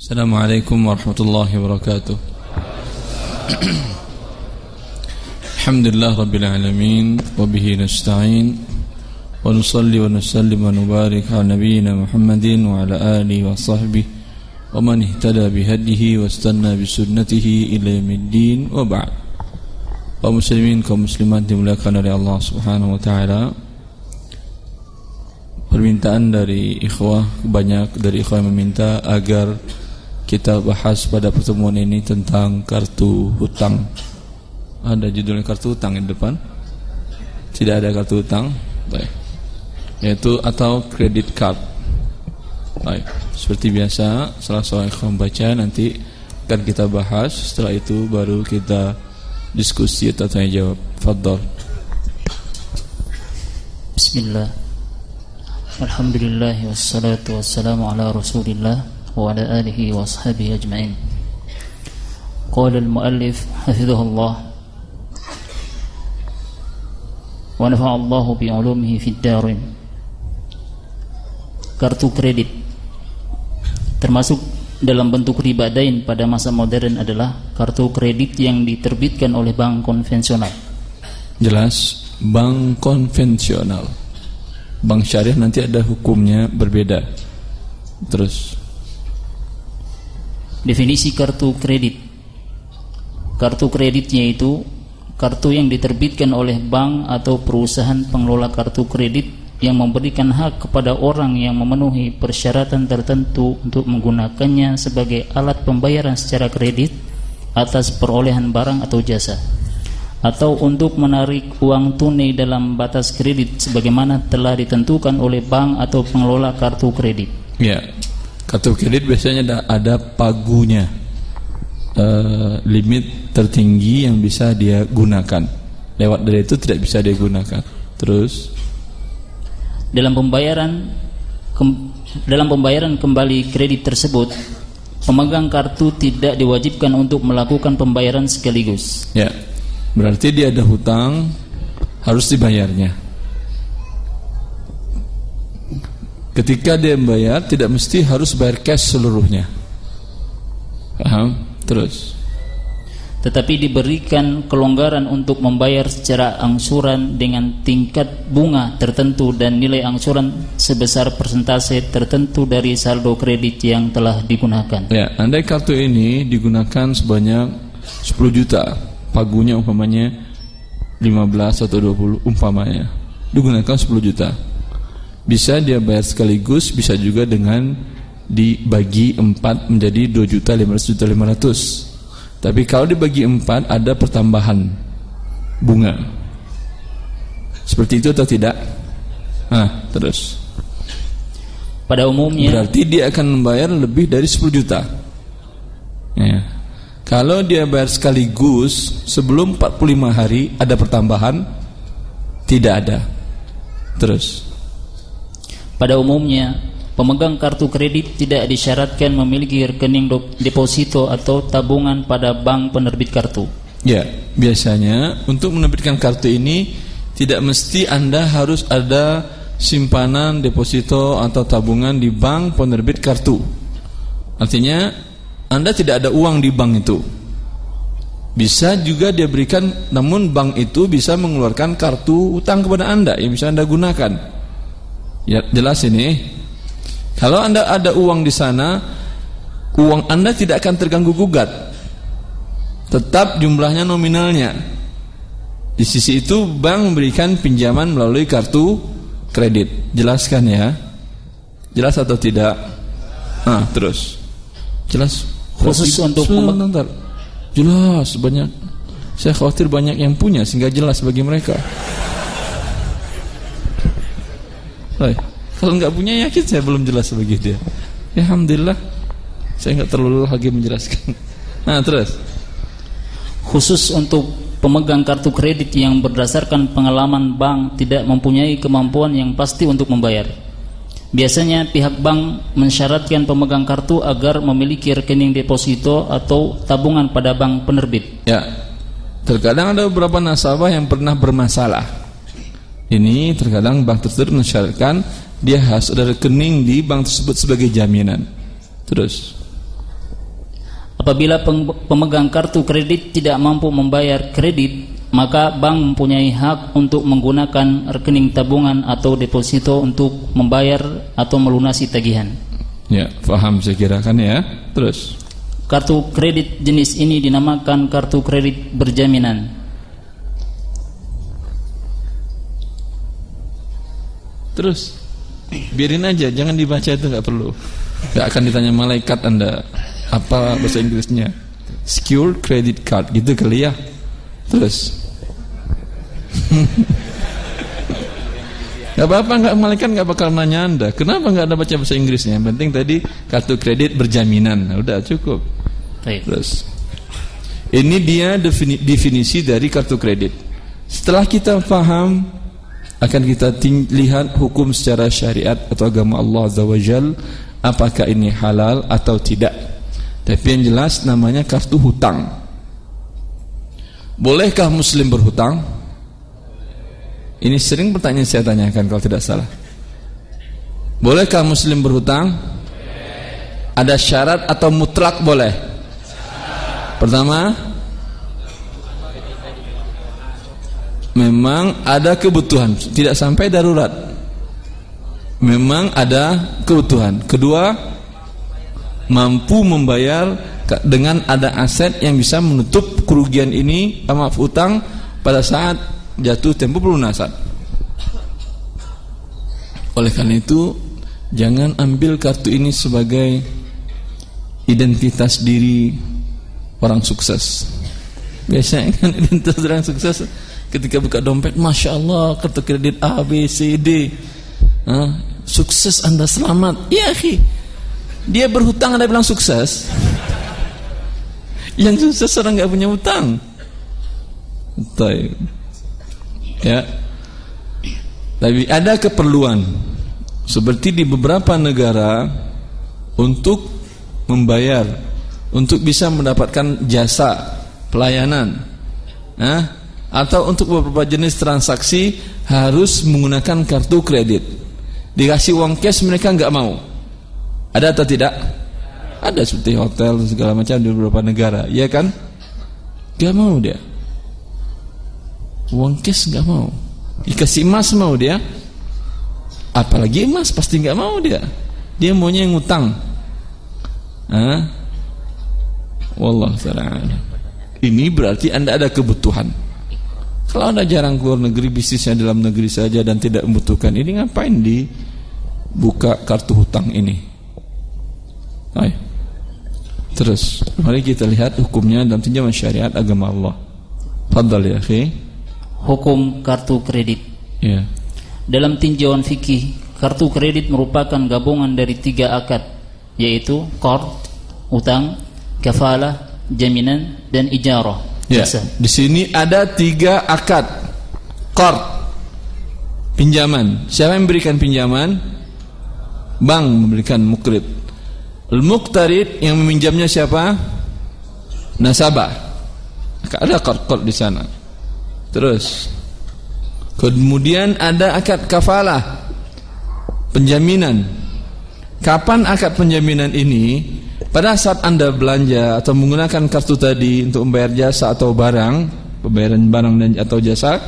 Assalamualaikum warahmatullahi wabarakatuh. Alhamdulillah rabbil alamin wa bihi nasta'in wa nusalli wa nusallim wa nubarik ala nabiyyina Muhammadin wa ala alihi wa sahbihi wa man ihtada bihadihi wa istanna bisunnatihi ila yaumiddin wa ba'd. Kaum muslimin, kaum muslimat dimuliakan oleh Allah Subhanahu wa taala. Permintaan dari ikhwah, banyak dari ikhwah yang meminta agar kita bahas pada pertemuan ini tentang kartu hutang. Ada judulnya kartu hutang di depan? Tidak ada kartu hutang, baik. Yaitu atau credit card. Baik. Seperti biasa, salah seorang ikhwan membaca, nanti akan kita bahas. Setelah itu baru kita diskusi atau tanya jawab. Fadhal. Bismillah. Alhamdulillah wassalatu wassalamu ala Rasulillah wa ala alihi wa ashabihi ajma'in. Qala al-muallif hafizahullah wa nafa'allahu bi 'ulumihi fid darin. Kartu kredit termasuk dalam bentuk riba dain pada masa modern adalah kartu kredit yang diterbitkan oleh bank konvensional. Jelas, bank konvensional. Bank syariah nanti ada hukumnya berbeda. Terus definisi kartu kredit. Kartu kreditnya itu kartu yang diterbitkan oleh bank atau perusahaan pengelola kartu kredit yang memberikan hak kepada orang yang memenuhi persyaratan tertentu untuk menggunakannya sebagai alat pembayaran secara kredit atas perolehan barang atau jasa, atau untuk menarik uang tunai dalam batas kredit sebagaimana telah ditentukan oleh bank atau pengelola kartu kredit. Ya, kartu kredit biasanya ada pagunya, limit tertinggi yang bisa dia gunakan. Lewat dari itu tidak bisa dia gunakan. Terus dalam pembayaran kembali kredit tersebut, pemegang kartu tidak diwajibkan untuk melakukan pembayaran sekaligus. Ya, berarti dia ada hutang, harus dibayarnya. Ketika dia membayar, tidak mesti harus bayar cash seluruhnya. Paham? Terus tetapi diberikan kelonggaran untuk membayar secara angsuran dengan tingkat bunga tertentu dan nilai angsuran sebesar persentase tertentu dari saldo kredit yang telah digunakan. Ya, andai kartu ini digunakan sebanyak 10 juta, pagunya umpamanya 15 atau 20 umpamanya, digunakan 10 juta. Bisa dia bayar sekaligus, bisa juga dengan dibagi 4 menjadi 2.500.500. Tapi kalau dibagi 4 ada pertambahan bunga. Seperti itu atau tidak? Terus. Pada umumnya berarti dia akan membayar lebih dari 10 juta. Ya. Kalau dia bayar sekaligus sebelum 45 hari ada pertambahan? Tidak ada. Terus. Pada umumnya, pemegang kartu kredit tidak disyaratkan memiliki rekening deposito atau tabungan pada bank penerbit kartu. Ya, biasanya untuk menerbitkan kartu ini tidak mesti Anda harus ada simpanan deposito atau tabungan di bank penerbit kartu. Artinya Anda tidak ada uang di bank itu. Bisa juga dia berikan, namun bank itu bisa mengeluarkan kartu utang kepada Anda yang bisa Anda gunakan. Ya, jelas ini. Kalau Anda ada uang di sana, uang Anda tidak akan terganggu gugat. Tetap jumlahnya nominalnya. Di sisi itu bank memberikan pinjaman melalui kartu kredit. Jelaskan ya. Jelas atau tidak? Terus. Jelas. Khusus untuk sebentar. Jelas banyak. Saya khawatir banyak yang punya sehingga jelas bagi mereka. Kalau nggak punya, yakin saya belum jelas bagi dia. Ya, alhamdulillah, saya nggak terlalu lagi menjelaskan. Terus. Khusus untuk pemegang kartu kredit yang berdasarkan pengalaman bank tidak mempunyai kemampuan yang pasti untuk membayar. Biasanya pihak bank mensyaratkan pemegang kartu agar memiliki rekening deposito atau tabungan pada bank penerbit. Ya, terkadang ada beberapa nasabah yang pernah bermasalah. Ini terkadang bank tersebut mensyaratkan dia harus ada rekening di bank tersebut sebagai jaminan. Terus Apabila pemegang kartu kredit tidak mampu membayar kredit, maka bank mempunyai hak untuk menggunakan rekening tabungan atau deposito untuk membayar atau melunasi tagihan. Ya, paham saya kira kan ya. Terus, kartu kredit jenis ini dinamakan kartu kredit berjaminan. Terus, biarin aja, jangan dibaca, itu nggak perlu. Nggak akan ditanya malaikat Anda apa bahasa Inggrisnya, secure credit card gitu kali ya. Terus nggak apa-apa, nggak, malaikat nggak bakal nanya Anda kenapa nggak ada baca bahasa Inggrisnya. Yang penting tadi kartu kredit berjaminan, nah, udah cukup. Baik. Terus ini dia definisi dari kartu kredit. Setelah kita paham, akan kita lihat hukum secara syariat atau agama Allah Azza wa Jal, apakah ini halal atau tidak. Tapi yang jelas namanya kartu hutang. Bolehkah muslim berhutang? Ini sering pertanyaan saya tanyakan kalau tidak salah. Bolehkah muslim berhutang? Ada syarat atau mutlak boleh? Pertama, memang ada kebutuhan, tidak sampai darurat. Memang ada kebutuhan. Kedua, mampu membayar dengan ada aset yang bisa menutup kerugian ini, maaf, utang pada saat jatuh tempo pelunasan. Oleh karena itu, jangan ambil kartu ini sebagai identitas diri orang sukses. Biasanya kan identitas orang sukses ketika buka dompet, Masya Allah, kartu kredit A, B, C, D, sukses Anda, selamat. Ya akhi, dia berhutang Anda bilang sukses? Yang sukses orang nggak punya hutang. Ya. Tapi ada keperluan seperti di beberapa negara untuk membayar, untuk bisa mendapatkan jasa pelayanan, atau untuk beberapa jenis transaksi harus menggunakan kartu kredit. Dikasih uang cash mereka nggak mau. Ada atau tidak? Ada, seperti hotel segala macam di beberapa negara, ya kan? Gak mau dia. Uang cash gak mau. Dikasih emas mau dia. Apalagi emas pasti gak mau dia. Dia maunya yang ngutang. Wallahu ta'ala. Ini berarti Anda ada kebutuhan. Kalau Anda jarang keluar negeri, bisnisnya dalam negeri saja dan tidak membutuhkan ini, ngapain dibuka kartu hutang ini? Hai. Terus mari kita lihat hukumnya dalam tinjauan syariat agama Allah. Fadhal ya akhi. Hukum kartu kredit. Ya. Dalam tinjauan fikih, kartu kredit merupakan gabungan dari 3 akad, yaitu qard, utang, kafalah, jaminan, dan ijarah. Ya. Di sini ada 3 akad. Qard, pinjaman. Siapa yang memberikan pinjaman? Bank memberikan, muqrid. Al-muqtarid yang meminjamnya siapa? Nasabah. Ada qard di sana. Terus kemudian ada akad kafalah, penjaminan. Kapan akad penjaminan ini? Pada saat Anda belanja atau menggunakan kartu tadi untuk membayar jasa atau barang, pembayaran barang dan atau jasa,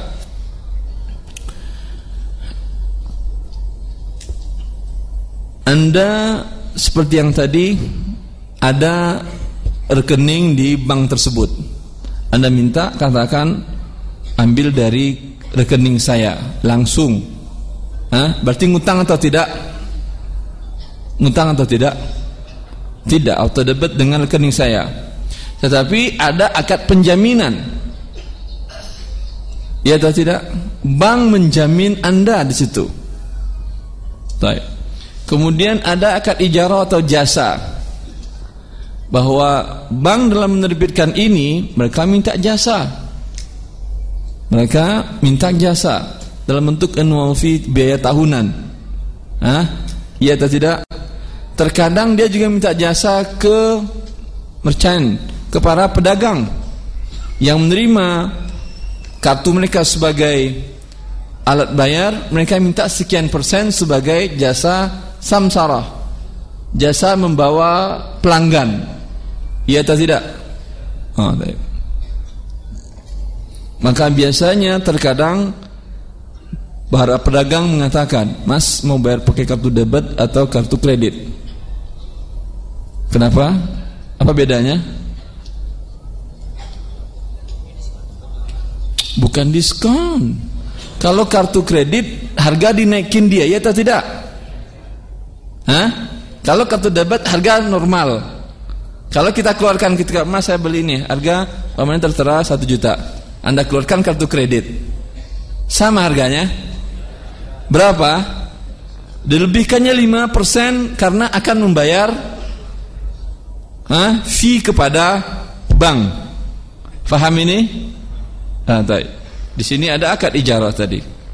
Anda seperti yang tadi ada rekening di bank tersebut. Anda minta, katakan ambil dari rekening saya langsung. Berarti ngutang atau tidak? Ngutang atau tidak? Tidak, auto debit dengan rekening saya. Tetapi ada akad penjaminan. Ya atau tidak? Bank menjamin Anda di situ. Baik. Kemudian ada akad ijarah atau jasa, bahwa bank dalam menerbitkan ini mereka minta jasa. Mereka minta jasa dalam bentuk annual fee, biaya tahunan. Iya atau tidak? Terkadang dia juga minta jasa ke merchant, ke para pedagang yang menerima kartu mereka sebagai alat bayar. Mereka minta sekian persen sebagai jasa samsarah, jasa membawa pelanggan. Iya atau tidak? Oh, baik. Maka biasanya terkadang para pedagang mengatakan, Mas mau bayar pakai kartu debit atau kartu kredit? Kenapa? Apa bedanya? Bukan diskon. Kalau kartu kredit harga dinaikin dia, ya atau tidak? Hah? Kalau kartu debit harga normal. Kalau kita keluarkan, ketika Mas saya beli ini harga pamannya tertera 1 juta. Anda keluarkan kartu kredit, sama harganya? Berapa? Dilebihkannya 5% karena akan membayar fee kepada bank. Faham ini? Di sini ada akad ijarah tadi.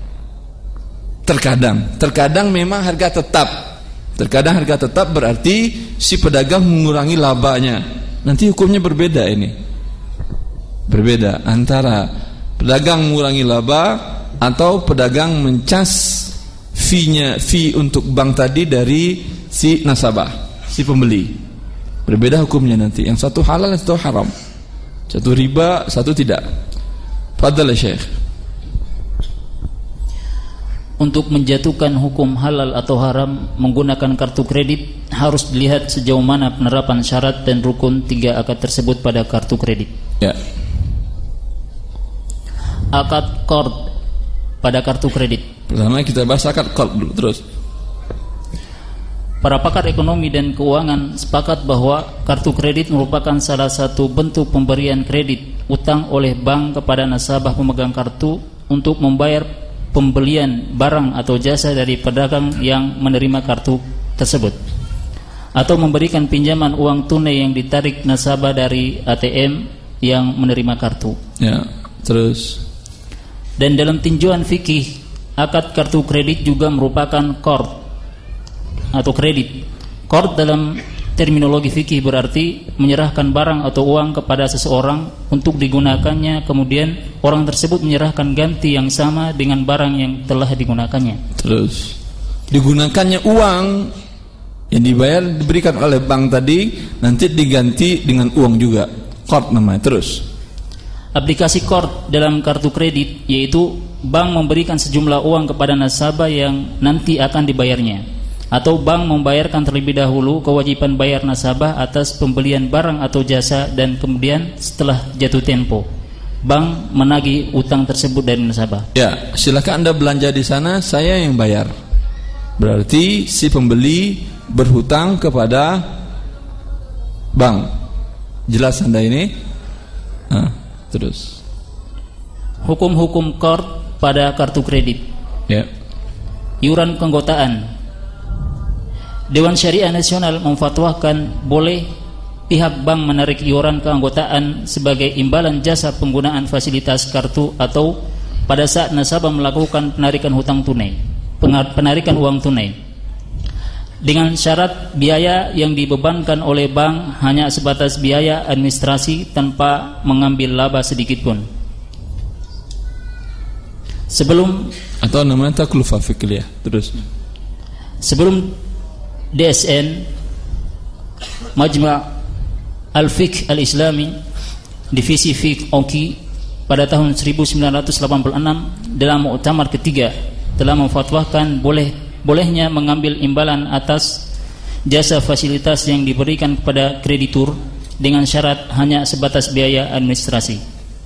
Terkadang memang harga tetap. Terkadang harga tetap berarti si pedagang mengurangi labanya. Nanti hukumnya berbeda ini. Berbeda antara pedagang mengurangi laba atau pedagang mencas fee untuk bank tadi dari si nasabah, si pembeli. Berbeda hukumnya nanti. Yang satu halal, yang satu haram. Satu riba, satu tidak. Fadhal Syekh. Untuk menjatuhkan hukum halal atau haram menggunakan kartu kredit harus dilihat sejauh mana penerapan syarat dan rukun 3 akad tersebut pada kartu kredit. Ya. Akad qard pada kartu kredit. Pertama kita bahas akad qard dulu terus. Para pakar ekonomi dan keuangan sepakat bahwa kartu kredit merupakan salah satu bentuk pemberian kredit utang oleh bank kepada nasabah pemegang kartu untuk membayar pembelian barang atau jasa dari pedagang yang menerima kartu tersebut, atau memberikan pinjaman uang tunai yang ditarik nasabah dari ATM yang menerima kartu. Ya, terus. Dan dalam tinjauan fikih, akad kartu kredit juga merupakan qard atau kredit. Qard dalam terminologi fikih berarti menyerahkan barang atau uang kepada seseorang untuk digunakannya, kemudian orang tersebut menyerahkan ganti yang sama dengan barang yang telah digunakannya. Terus digunakannya uang yang dibayar diberikan oleh bank tadi, nanti diganti dengan uang juga. Qard namanya. Terus aplikasi qard dalam kartu kredit yaitu bank memberikan sejumlah uang kepada nasabah yang nanti akan dibayarnya, atau bank membayarkan terlebih dahulu kewajiban bayar nasabah atas pembelian barang atau jasa, dan kemudian setelah jatuh tempo bank menagih utang tersebut dari nasabah. Ya, silakan Anda belanja di sana, saya yang bayar. Berarti si pembeli berhutang kepada bank. Jelas Anda ini? Terus hukum-hukum qard pada kartu kredit. Ya. Iuran keanggotaan. Dewan Syariah Nasional memfatwakan boleh pihak bank menarik iuran keanggotaan sebagai imbalan jasa penggunaan fasilitas kartu atau pada saat nasabah melakukan penarikan hutang tunai, penarikan uang tunai, dengan syarat biaya yang dibebankan oleh bank hanya sebatas biaya administrasi tanpa mengambil laba sedikit pun. Sebelum atau namanya taklufah fiqhiyah. Terus sebelum DSN Majma' Al-Fiqh Al-Islami Divisi Fiqh OKI pada tahun 1986 dalam muktamar ketiga telah memfatwakan bolehnya mengambil imbalan atas jasa fasilitas yang diberikan kepada kreditur dengan syarat hanya sebatas biaya administrasi.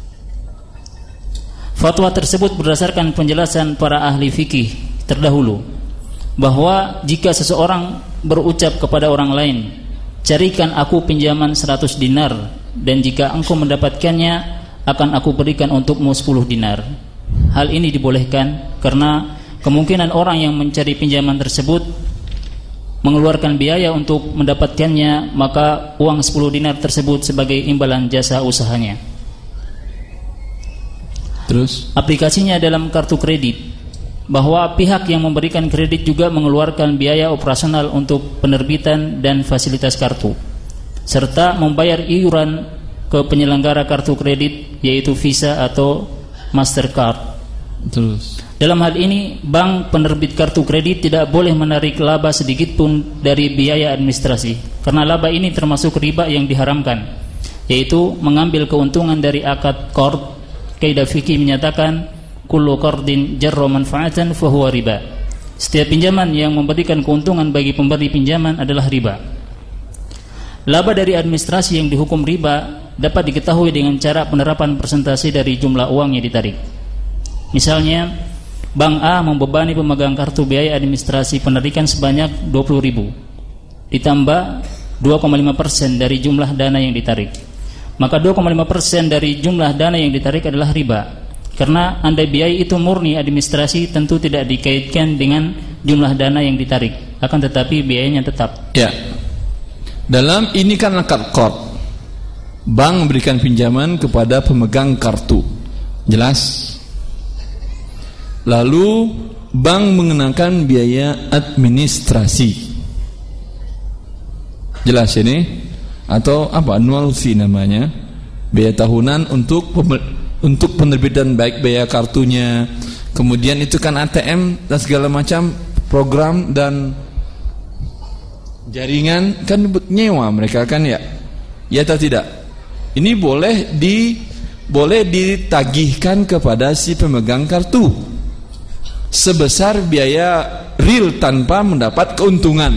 Fatwa tersebut berdasarkan penjelasan para ahli fikih terdahulu bahwa jika seseorang berucap kepada orang lain, carikan aku pinjaman 100 dinar, dan jika engkau mendapatkannya akan aku berikan untukmu 10 dinar. Hal ini dibolehkan karena kemungkinan orang yang mencari pinjaman tersebut mengeluarkan biaya untuk mendapatkannya, maka uang 10 dinar tersebut sebagai imbalan jasa usahanya. Terus aplikasinya dalam kartu kredit, bahwa pihak yang memberikan kredit juga mengeluarkan biaya operasional untuk penerbitan dan fasilitas kartu, serta membayar iuran ke penyelenggara kartu kredit yaitu Visa atau Mastercard Terus. Dalam hal ini, bank penerbit kartu kredit tidak boleh menarik laba sedikit pun dari biaya administrasi, karena laba ini termasuk riba yang diharamkan, yaitu mengambil keuntungan dari akad qard. Kaidah fikih menyatakan kullu qardin jarra manfaatan fahuwa riba. Setiap pinjaman yang memberikan keuntungan bagi pemberi pinjaman adalah riba. Laba dari administrasi yang dihukum riba dapat diketahui dengan cara penerapan persentase dari jumlah uang yang ditarik. Misalnya, Bank A membebani pemegang kartu biaya administrasi penarikan sebanyak 20.000 ditambah 2,5% dari jumlah dana yang ditarik. Maka 2,5% dari jumlah dana yang ditarik adalah riba. Karena andai biaya itu murni administrasi, tentu tidak dikaitkan dengan jumlah dana yang ditarik, akan tetapi biayanya tetap. Ya. Dalam ini kan akad qard. Bank memberikan pinjaman kepada pemegang kartu. Jelas? Lalu bank mengenakan biaya administrasi. Jelas ini? Atau apa? Annual fee namanya. Biaya tahunan untuk penerbitan, baik biaya kartunya, kemudian itu kan ATM dan segala macam program dan jaringan kan nyewa mereka kan ya. Ya atau tidak? Ini boleh ditagihkan kepada si pemegang kartu sebesar biaya real tanpa mendapat keuntungan.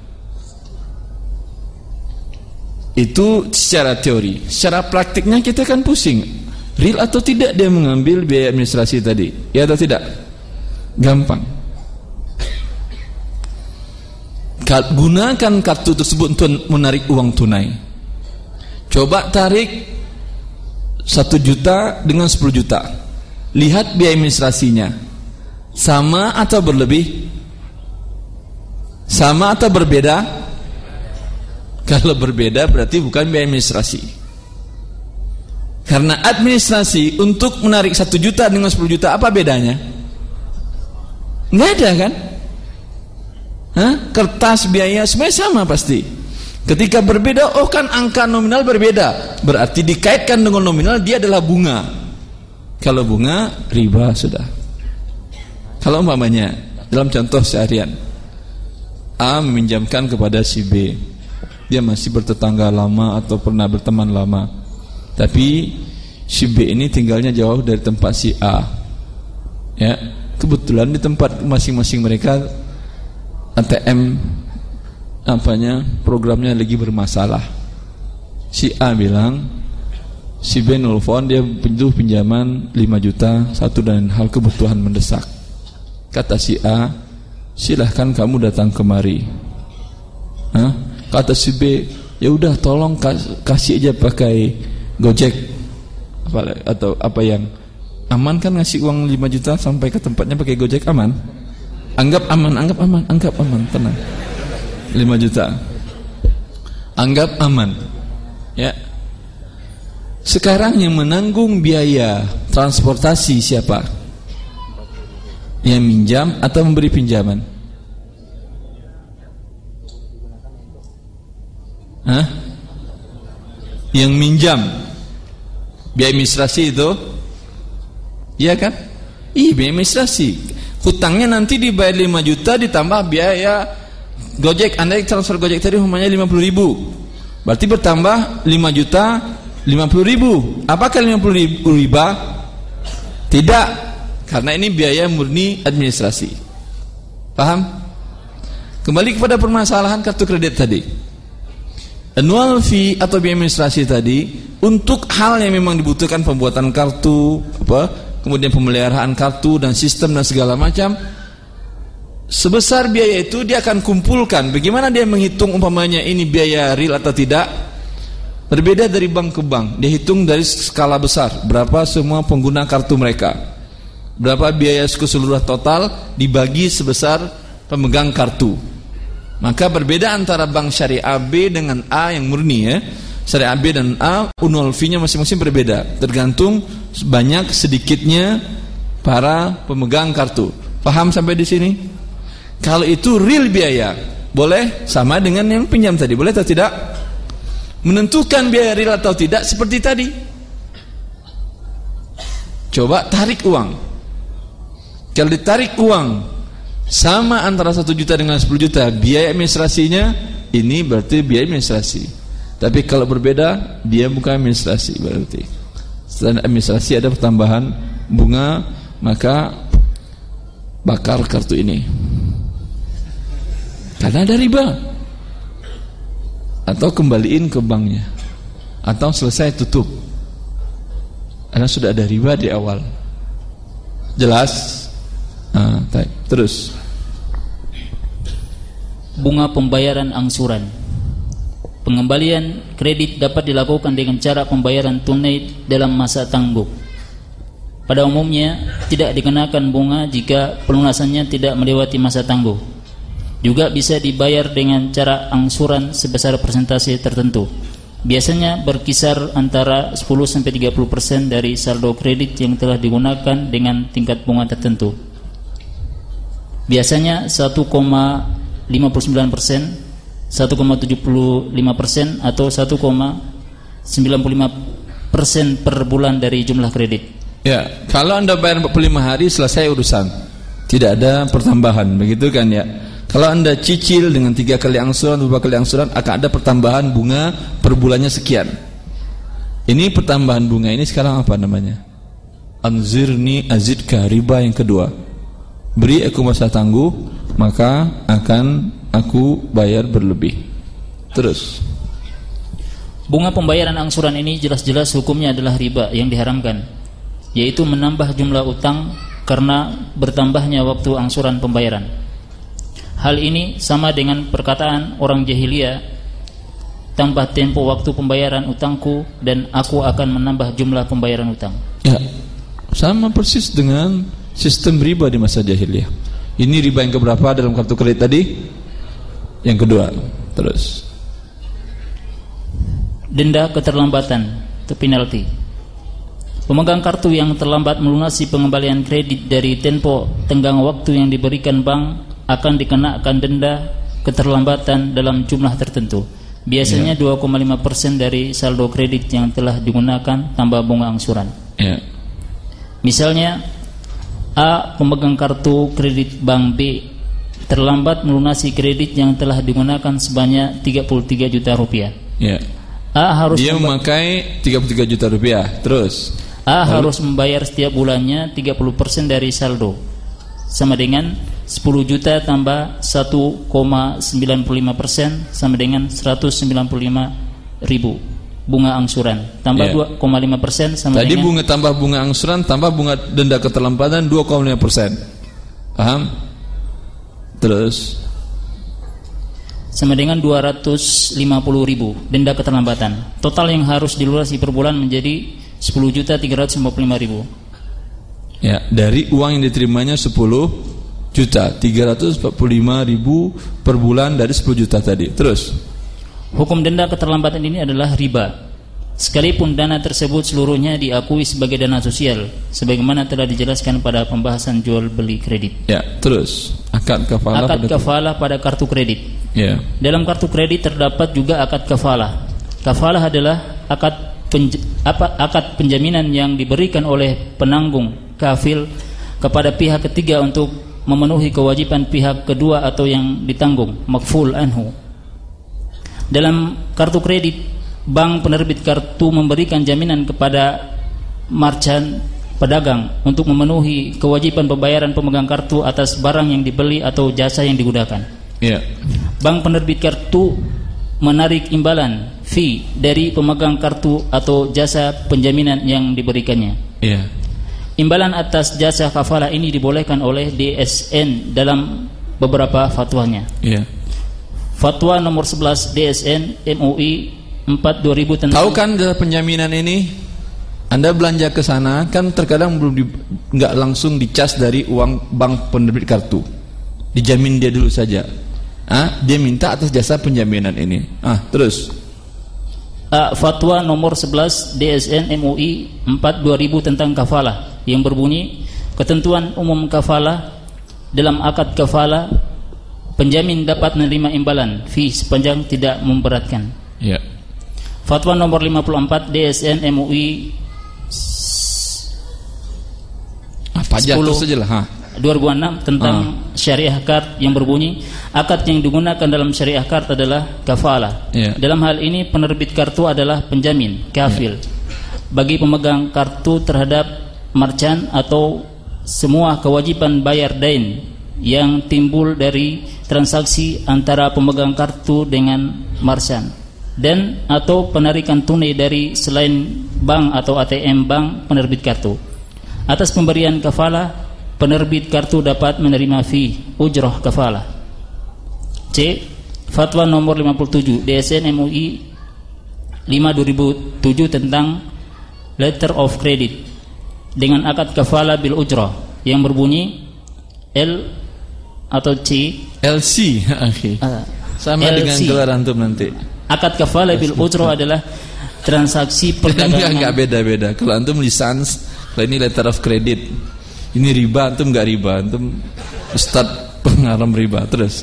Itu secara teori. Secara praktiknya kita kan pusing. Real atau tidak dia mengambil biaya administrasi tadi? Ya atau tidak? Gampang. Gunakan kartu tersebut untuk menarik uang tunai. Coba tarik 1 juta dengan 10 juta. Lihat biaya administrasinya. Sama atau berlebih? Sama atau berbeda? Kalau berbeda berarti bukan biaya administrasi. Karena administrasi untuk menarik 1 juta dengan 10 juta apa bedanya? Nggak ada kan? Kertas, biaya semuanya sama pasti. Ketika berbeda, oh kan angka nominal berbeda, berarti dikaitkan dengan nominal dia adalah bunga. Kalau bunga riba sudah. Kalau umpamanya dalam contoh seharian, A meminjamkan kepada si B, dia masih bertetangga lama atau pernah berteman lama, tapi si B ini tinggalnya jauh dari tempat si A. Ya, kebetulan di tempat masing-masing mereka ATM programnya lagi bermasalah. Si A bilang, si B nelfon, dia butuh pinjaman 5 juta, satu dan hal kebutuhan mendesak. Kata si A, silahkan kamu datang kemari. Kata si B, ya udah tolong kasih aja pakai Gojek atau apa yang aman, kan ngasih uang 5 juta sampai ke tempatnya pakai Gojek aman? Anggap aman, tenang. 5 juta anggap aman. Ya. Sekarang yang menanggung biaya transportasi siapa? Yang minjam atau memberi pinjaman? Yang minjam. Biaya administrasi itu, iya kan? Biaya administrasi. Hutangnya nanti dibayar 5 juta ditambah biaya Gojek. Anda transfer Gojek tadi umpamanya 50.000, berarti bertambah 5 juta 50.000. Apakah 50.000 riba? Tidak, karena ini biaya murni administrasi. Paham? Kembali kepada permasalahan kartu kredit tadi. Annual fee atau biaya administrasi tadi untuk hal yang memang dibutuhkan, pembuatan kartu, kemudian pemeliharaan kartu dan sistem dan segala macam. Sebesar biaya itu dia akan kumpulkan. Bagaimana dia menghitung umpamanya ini biaya real atau tidak? Berbeda dari bank ke bank. Dia hitung dari skala besar, berapa semua pengguna kartu mereka, berapa biaya keseluruhan total dibagi sebesar pemegang kartu. Maka berbeda antara bank syariah B dengan A yang murni ya. Syariah B dan A, annual fee-nya masing-masing berbeda, tergantung banyak sedikitnya para pemegang kartu. Paham sampai di sini? Kalau itu real biaya, boleh sama dengan yang pinjam tadi, boleh atau tidak? Menentukan biaya real atau tidak seperti tadi. Coba tarik uang. Kalau ditarik uang sama antara 1 juta dengan 10 juta biaya administrasinya, ini berarti biaya administrasi. Tapi kalau berbeda, dia bukan administrasi berarti. Setelah administrasi ada pertambahan bunga, maka bakar kartu ini. Karena ada riba. Atau kembaliin ke banknya. Atau selesai tutup. Karena sudah ada riba di awal. Jelas? Terus. Bunga pembayaran angsuran. Pengembalian kredit dapat dilakukan dengan cara pembayaran tunai dalam masa tangguh. Pada umumnya tidak dikenakan bunga jika pelunasannya tidak melewati masa tangguh. Juga bisa dibayar dengan cara angsuran sebesar persentase tertentu. Biasanya berkisar antara 10-30% dari saldo kredit yang telah digunakan dengan tingkat bunga tertentu. Biasanya 1,59%, 1,75% atau 1,95% per bulan dari jumlah kredit. Ya, kalau Anda bayar 45 hari selesai urusan. Tidak ada pertambahan, begitu kan ya? Kalau Anda cicil dengan 3 kali angsuran, 2 kali angsuran, akan ada pertambahan bunga per bulannya sekian. Ini pertambahan bunga ini sekarang apa namanya? Anzirni azidka, riba yang kedua. Beri aku masa tangguh, maka akan aku bayar berlebih. Terus. Bunga pembayaran angsuran ini jelas-jelas hukumnya adalah riba yang diharamkan, yaitu menambah jumlah utang karena bertambahnya waktu angsuran pembayaran. Hal ini sama dengan perkataan orang jahiliyah, tambah tempo waktu pembayaran utangku dan aku akan menambah jumlah pembayaran utang. Ya, sama persis dengan sistem riba di masa jahiliyah. Ini riba yang keberapa dalam kartu kredit tadi? Yang kedua. Terus. Denda keterlambatan atau penalti. Pemegang kartu yang terlambat melunasi pengembalian kredit dari tempo tenggang waktu yang diberikan bank akan dikenakan denda keterlambatan dalam jumlah tertentu. Biasanya 2,5% dari saldo kredit yang telah digunakan tambah bunga angsuran. Misalnya A pemegang kartu kredit bank B terlambat melunasi kredit yang telah digunakan sebanyak 33 juta rupiah. A harus memakai 33 juta rupiah. Terus A harus membayar setiap bulannya 30% dari saldo, sama dengan 10 juta tambah 1,95% sama dengan 195 ribu bunga angsuran, tambah 2,5% sama tadi dengan bunga tambah bunga angsuran tambah bunga denda keterlambatan 2,5%. Paham? Terus sama dengan 250 ribu denda keterlambatan. Total yang harus dilunasi per bulan menjadi 10.355.000. Ya, dari uang yang diterimanya 10.345.000 per bulan dari 10 juta tadi. Terus, hukum denda keterlambatan ini adalah riba, sekalipun dana tersebut seluruhnya diakui sebagai dana sosial, sebagaimana telah dijelaskan pada pembahasan jual beli kredit. Ya, terus akad kafalah pada kartu kredit. Ya. Dalam kartu kredit terdapat juga akad kafalah. Kafalah adalah akad penjaminan yang diberikan oleh penanggung kafil kepada pihak ketiga untuk memenuhi kewajiban pihak kedua atau yang ditanggung, makful anhu. Dalam kartu kredit, bank penerbit kartu memberikan jaminan kepada marchand pedagang untuk memenuhi kewajiban pembayaran pemegang kartu atas barang yang dibeli atau jasa yang digunakan. Bank penerbit kartu menarik imbalan fee dari pemegang kartu atau jasa penjaminan yang diberikannya. Imbalan atas jasa kafalah ini dibolehkan oleh DSN dalam beberapa fatwanya. Fatwa nomor 11 DSN MUI 4/2000 tentang. Tahu kan jasa penjaminan ini? Anda belanja ke sana kan terkadang nggak langsung dicas dari uang bank penerbit kartu. Dijamin dia dulu saja. Dia minta atas jasa penjaminan ini. Terus. Fatwa nomor 11 DSN MUI 4/2000 tentang kafalah yang berbunyi, ketentuan umum kafalah, dalam akad kafalah penjamin dapat menerima imbalan fee sepanjang tidak memberatkan. Fatwa nomor 54 DSN MUI pajak terus saja lah. 2006 tentang syariah akad yang berbunyi akad yang digunakan dalam syariah akad adalah kafalah. Dalam hal ini penerbit kartu adalah penjamin, kafil bagi pemegang kartu terhadap marchand atau semua kewajiban bayar dain yang timbul dari transaksi antara pemegang kartu dengan marchand dan atau penarikan tunai dari selain bank atau ATM bank penerbit kartu. Atas pemberian kafalah, penerbit kartu dapat menerima fee ujrah kafalah. C. Fatwa nomor 57 DSN MUI 5/2007 tentang letter of credit dengan akad kafalah bil ujrah yang berbunyi L atau C LC sama LC. Dengan gelar antum nanti. Akad kafalah bil ujrah adalah transaksi perdagangan. Enggak beda-beda. Kalau antum lisans, kalau ini letter of credit. Ini riba, antum enggak riba. Antum ustaz pengaram riba. Terus,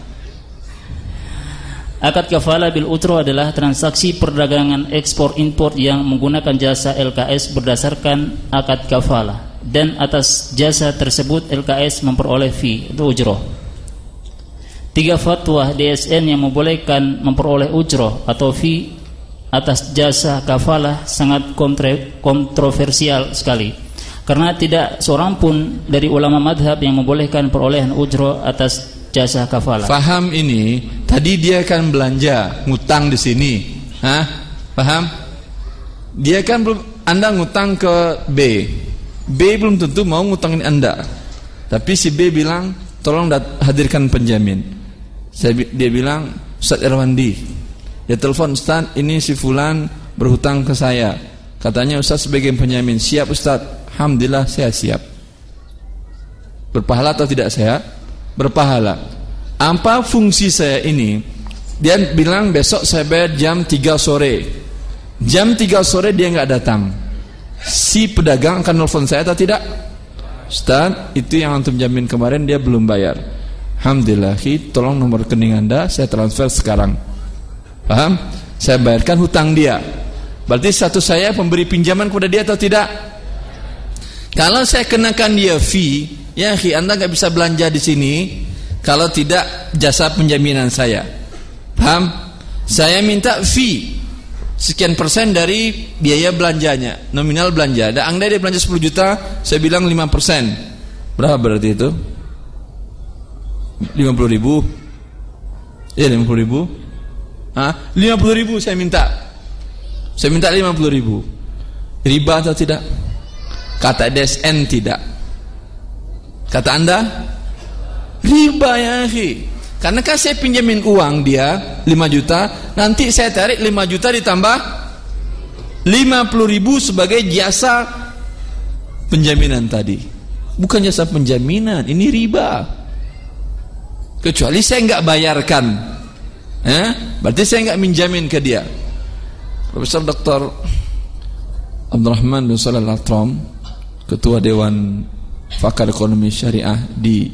akad kafalah bil ujrah adalah transaksi perdagangan ekspor impor yang menggunakan jasa LKS berdasarkan akad kafalah dan atas jasa tersebut LKS memperoleh fee itu ujrah. 3 fatwa DSN yang membolehkan memperoleh ujrah atau fee atas jasa kafalah sangat kontroversial sekali karena tidak seorang pun dari ulama madhab yang membolehkan perolehan ujrah atas jasa kafalah. Faham ini? Tadi dia kan belanja, ngutang di sini. Paham? Dia kan belum, Anda ngutang ke B. B belum tentu mau ngutangin Anda. Tapi si B bilang, "Tolong hadirkan penjamin." Dia bilang, "Ustaz Irwandi." Dia telepon, "Ustaz, ini si fulan berhutang ke saya. Katanya Ustaz sebagai penjamin." "Siap Ustaz." "Alhamdulillah saya siap." Berpahala atau tidak saya? Berpahala. Apa fungsi saya ini? Dia bilang besok saya bayar jam 3 sore. Jam 3 sore dia enggak datang. Si pedagang akan nelfon saya atau tidak? "Ustaz, itu yang antum jamin kemarin dia belum bayar." "Alhamdulillah, tolong nomor rekening Anda saya transfer sekarang." Paham? Saya bayarkan hutang dia. Berarti satu saya pemberi pinjaman kepada dia atau tidak? Kalau saya kenakan dia fee, ya Anda nggak bisa belanja di sini kalau tidak jasa penjaminan saya. Paham? Saya minta fee sekian persen dari biaya belanjanya, nominal belanja. Ada Anda dia belanja 10 juta, saya bilang 5%. Berapa berarti itu? 50.000. Ya 50.000. 50.000 saya minta. Saya minta 50.000. Riba atau tidak? Kata DSN tidak. Kata Anda? Riba ya akhi. Karena kan saya pinjamin uang dia 5 juta, nanti saya tarik 5 juta ditambah 50.000 sebagai jasa penjaminan tadi. Bukan jasa penjaminan, ini riba. Kecuali saya enggak bayarkan. Berarti saya enggak minjamin ke dia. Profesor Dr. Abdurrahman bin Shalih Al-Atram, Ketua Dewan Pakar Ekonomi Syariah di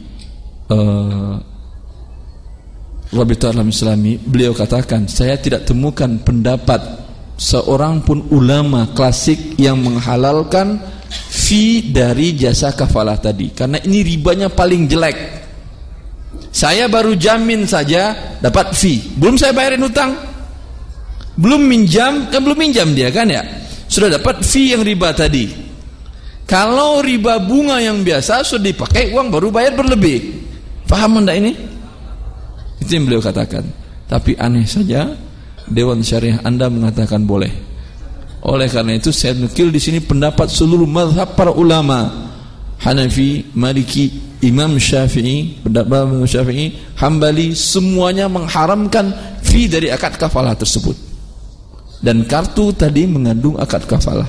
Rabitatul Alam Islami, beliau katakan, saya tidak temukan pendapat seorang pun ulama klasik yang menghalalkan fee dari jasa kafalah tadi, karena ini ribanya paling jelek. Saya baru jamin saja dapat fee, belum saya bayarin hutang, belum minjam, kan belum minjam dia kan ya, sudah dapat fee yang riba tadi. Kalau riba bunga yang biasa sudah dipakai uang baru bayar berlebih. Paham anda ini? Itu yang beliau katakan. Tapi aneh saja Dewan Syariah Anda mengatakan boleh. Oleh karena itu saya nukil di sini pendapat seluruh mazhab para ulama, Hanafi, Maliki, Imam Syafi'i, pendapat Imam Syafi'i, Hambali, semuanya mengharamkan fee dari akad kafalah tersebut. Dan kartu tadi mengandung akad kafalah.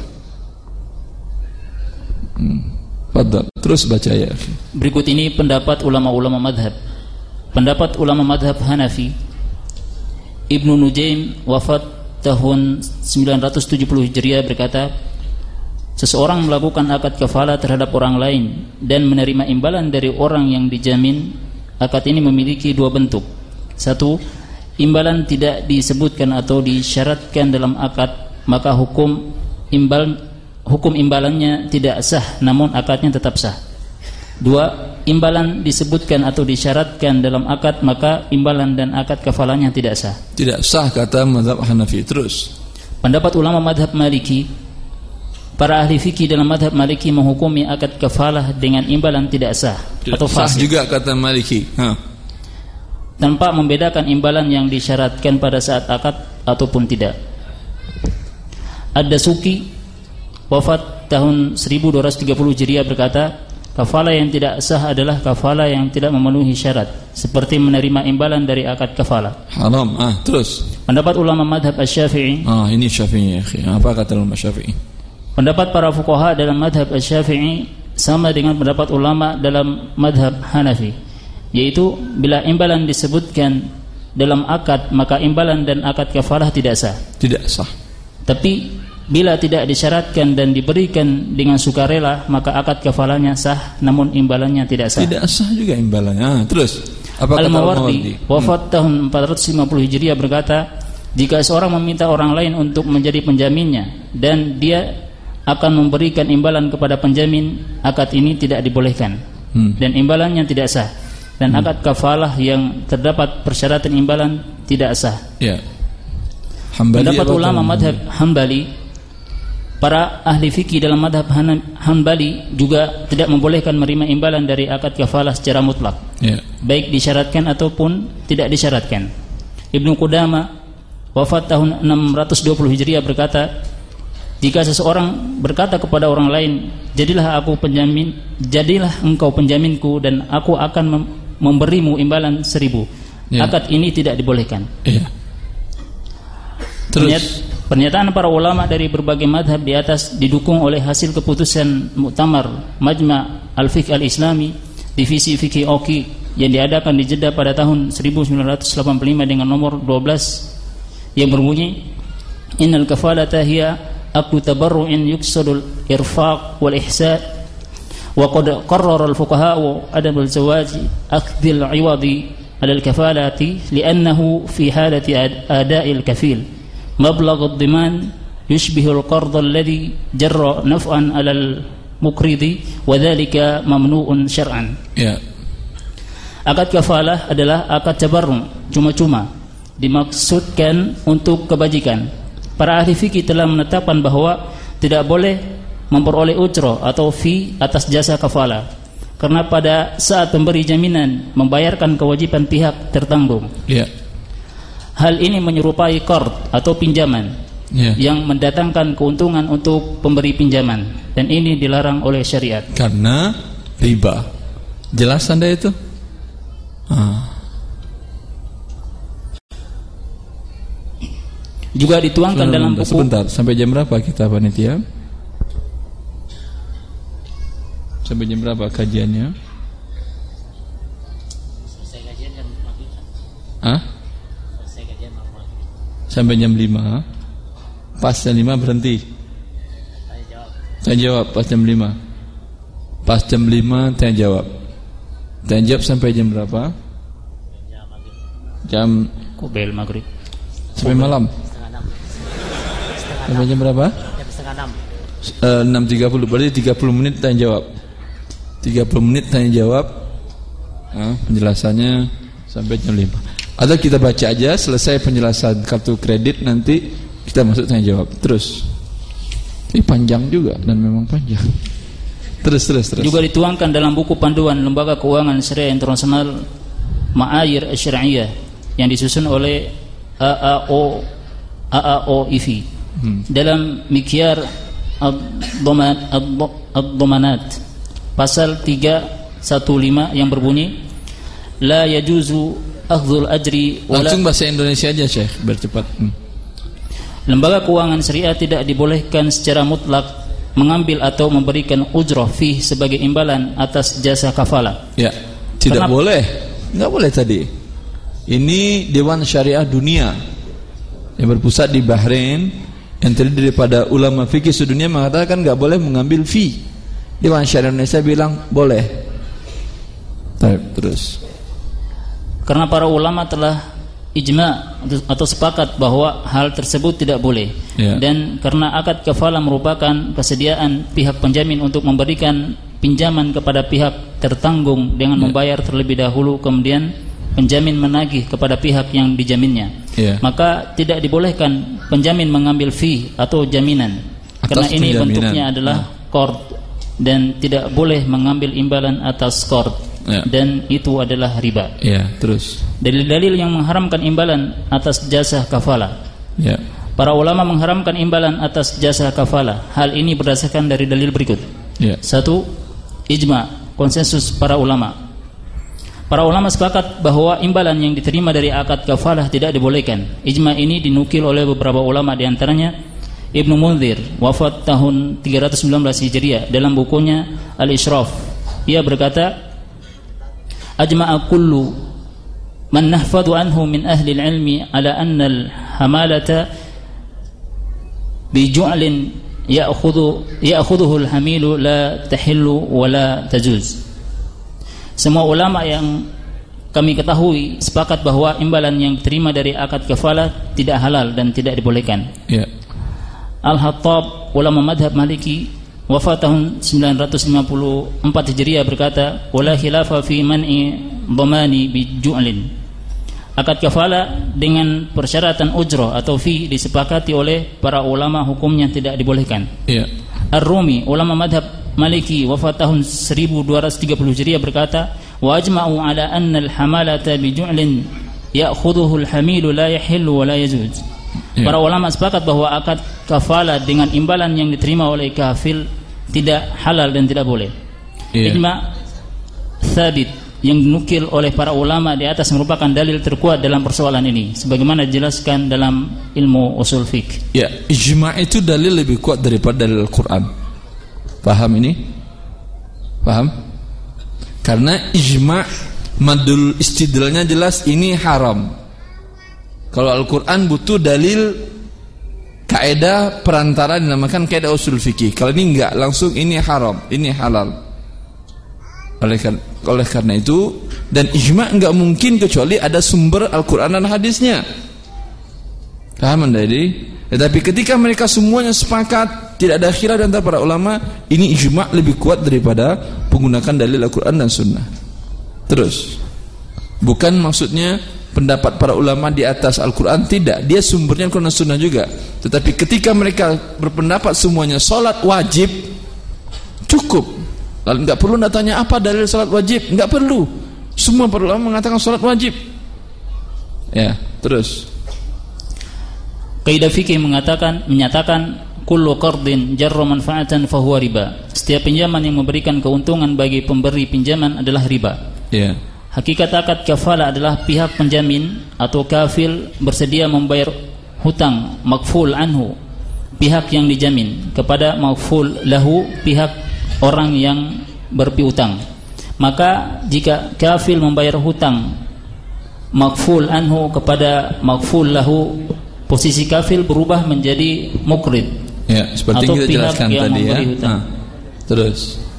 Fadhal, terus baca ya. Berikut ini pendapat ulama-ulama madhab. Pendapat ulama madhab Hanafi, Ibnu Nujaim wafat tahun 970 Hijriah berkata, seseorang melakukan akad kafalah terhadap orang lain dan menerima imbalan dari orang yang dijamin, akad ini memiliki dua bentuk. Satu, imbalan tidak disebutkan atau disyaratkan dalam akad, maka hukum imbalannya tidak sah, namun akadnya tetap sah. Dua, imbalan disebutkan atau disyaratkan dalam akad, maka imbalan dan akad kafalahnya tidak sah. Tidak sah kata mazhab Hanafi. Terus, pendapat ulama madhab Maliki, para ahli fikih dalam madhab Maliki menghukumi akad kafalah dengan imbalan tidak sah atau sah fasid, juga kata Maliki. tanpa membedakan imbalan yang disyaratkan pada saat akad ataupun tidak. Ad-Dasuki wafat tahun 1230 Hijriah berkata, kafalah yang tidak sah adalah kafalah yang tidak memenuhi syarat, seperti menerima imbalan dari akad kafalah. Haram. Terus. Pendapat ulama madhab Asy-Syafi'i. Ini Syafi'i ya, akhi. Apa kata ulama Syafi'i? Pendapat para fuqaha dalam madhab Asy-Syafi'i sama dengan pendapat ulama dalam madhab Hanafi, yaitu bila imbalan disebutkan dalam akad, maka imbalan dan akad kafalah tidak sah. Tidak sah. Tapi bila tidak disyaratkan dan diberikan dengan sukarela, maka akad kafalahnya sah, namun imbalannya tidak sah. Tidak sah juga imbalannya. Terus, apa kata Al-Mawardi wafat tahun 450 Hijriah berkata, jika seorang meminta orang lain untuk menjadi penjaminnya dan dia akan memberikan imbalan kepada penjamin, akad ini tidak dibolehkan dan imbalannya tidak sah. Dan akad kafalah yang terdapat persyaratan imbalan tidak sah. Ya. Pendapat ulama madhab Hambali, para ahli fikih dalam madhab Hanbali juga tidak membolehkan menerima imbalan dari akad kafalah secara mutlak, baik disyaratkan ataupun tidak disyaratkan. Ibnu Qudamah wafat tahun 620 Hijriah berkata, jika seseorang berkata kepada orang lain, jadilah engkau penjaminku dan aku akan memberimu imbalan 1000, akad ini tidak dibolehkan. Terus, pernyataan para ulama dari berbagai madhab di atas didukung oleh hasil keputusan Muktamar Majma' Al-Fiqh Al-Islami Divisi Fikih Oki yang diadakan di Jeddah pada tahun 1985 dengan nomor 12 yang berbunyi, innal kafalata hiya aqdu tabarru'in yuqsadul irfaq wal ihsan wa qad qarrara al-fuqaha adab al-zawaji akhdhil 'iwadi 'ala al-kafalati li'annahu fi halati ada'il kafil مبلغ الضمان يشبه القرض الذي جر نفعا على المقرض وذلك ممنوع شرعا. Akad kafalah adalah akad tabarrum, cuma-cuma, dimaksudkan untuk kebajikan. Para ahli fikih telah menetapkan bahwa tidak boleh memperoleh ujrah atau fee atas jasa kafalah, karena pada saat pemberi jaminan membayarkan kewajiban pihak tertanggung. Hal ini menyerupai qard atau pinjaman yang mendatangkan keuntungan untuk pemberi pinjaman, dan ini dilarang oleh syariat karena riba. Jelas Anda itu? Juga dituangkan dalam buku. Sebentar, sampai jam berapa kita panitia? Sampai jam berapa kajiannya? Selesai kajian jam maghrib. Sampai jam 5. Pas jam 5 berhenti. Tanya jawab pas jam 5. Pas jam 5 tanya jawab. Tanya jawab sampai jam berapa? Jam Kubel maghrib. Sampai malam. Sampai jam berapa? Jam 5:30. 6.30. Berarti 30 menit tanya jawab. 30 menit tanya jawab. Penjelasannya sampai jam 5. Atau kita baca aja, selesai penjelasan kartu kredit, nanti kita masuk tanya jawab. Terus. Ini panjang juga, dan memang panjang. Terus. Juga dituangkan dalam buku panduan Lembaga Keuangan Syariah Internasional Ma'ayir Asy-Syar'iyyah yang disusun oleh AAOIV dalam Mikyar Ad-Dhamanat pasal 315 yang berbunyi, la yajuzu akhdhul ajri wala. Langsung bahasa Indonesia aja Syekh, bercepat. Lembaga keuangan syariah tidak dibolehkan secara mutlak mengambil atau memberikan ujrah fih sebagai imbalan atas jasa kafalah. Tidak boleh. Enggak boleh tadi. Ini Dewan Syariah Dunia yang berpusat di Bahrain, yang terdiri daripada ulama fikih sedunia, mengatakan enggak boleh mengambil fee. Dewan Syariah Indonesia bilang boleh. Terus. Karena para ulama telah ijma atau sepakat bahwa hal tersebut tidak boleh. Dan karena akad kafalah merupakan kesediaan pihak penjamin untuk memberikan pinjaman kepada pihak tertanggung dengan membayar terlebih dahulu, kemudian penjamin menagih kepada pihak yang dijaminnya, maka tidak dibolehkan penjamin mengambil fee atau jaminan karena ini bentuknya adalah qard, dan tidak boleh mengambil imbalan atas qard, dan itu adalah riba. Terus dalil-dalil yang mengharamkan imbalan atas jasa kafalah. Para ulama mengharamkan imbalan atas jasa kafalah. Hal ini berdasarkan dari dalil berikut. 1. Ijma, konsensus para ulama. Para ulama sepakat bahwa imbalan yang diterima dari akad kafalah tidak dibolehkan. Ijma ini dinukil oleh beberapa ulama, di antaranya Ibnu Munzir, wafat tahun 319 Hijriah, dalam bukunya Al-Ishraf. Ia berkata, ajma'a kullu man nahfadhu anhu min ahli al-ilmi ala anna al-hamalata bi ju'lin ya'khudhuhu al-hamilu la tahillu wa la tajuz. Semua ulama yang kami ketahui sepakat bahwa imbalan yang diterima dari akad kafalah tidak halal dan tidak dibolehkan. Al-Hattab, ulama madhab Maliki, wafat tahun 954 Hijriah, berkata, wala khilafa fi man'i dhamani bi ju'lin. Akad kafalah dengan persyaratan ujrah atau fee disepakati oleh para ulama, hukumnya tidak dibolehkan. Ar-Rumi, ulama madhab Maliki, wafat tahun 1230 Hijriah, berkata, wa ajma'u ala anna al-hamalata bi ju'lin ya'khudhuhu al-hamilu la yahillu wa la yajuz. Para ulama sepakat bahwa akad kafalah dengan imbalan yang diterima oleh kafil tidak halal dan tidak boleh. Ijma' thabit yang dinukil oleh para ulama di atas merupakan dalil terkuat dalam persoalan ini, sebagaimana dijelaskan dalam ilmu usul fiqh. Ijma' itu dalil lebih kuat daripada dalil Al-Quran. Paham ini? Paham? Karena ijma' madul istidlalnya jelas ini haram. Kalau Al-Quran butuh dalil kaidah perantara, dinamakan kaidah usul fikih. Kalau ini enggak, langsung ini haram, ini halal. Oleh karena itu, dan ijma' enggak mungkin kecuali ada sumber Al-Quran dan hadisnya. Paham Anda ini? Tetapi ketika mereka semuanya sepakat, tidak ada khilaf di antara para ulama, ini ijma' lebih kuat daripada menggunakan dalil Al-Quran dan Sunnah. Terus, bukan maksudnya pendapat para ulama di atas Al-Quran, tidak, dia sumbernya Al-Quran dan Sunnah juga. Tetapi ketika mereka berpendapat semuanya salat wajib, cukup. Lalu enggak perlu nak tanya apa dalil salat wajib, enggak perlu. Semua para ulama mengatakan salat wajib. Terus kaidah fikih menyatakan kullu qardin jarra manfaatan fahuwa riba. Setiap pinjaman yang memberikan keuntungan bagi pemberi pinjaman adalah riba. Hakikat akad kafalah adalah pihak penjamin atau kafil bersedia membayar hutang makful anhu, pihak yang dijamin, kepada makful lahu, pihak orang yang berpiutang. Maka jika kafil membayar hutang makful anhu kepada makful lahu, posisi kafil berubah menjadi mukrid, seperti atau kita pihak jelaskan yang tadi memberi hutang. Terus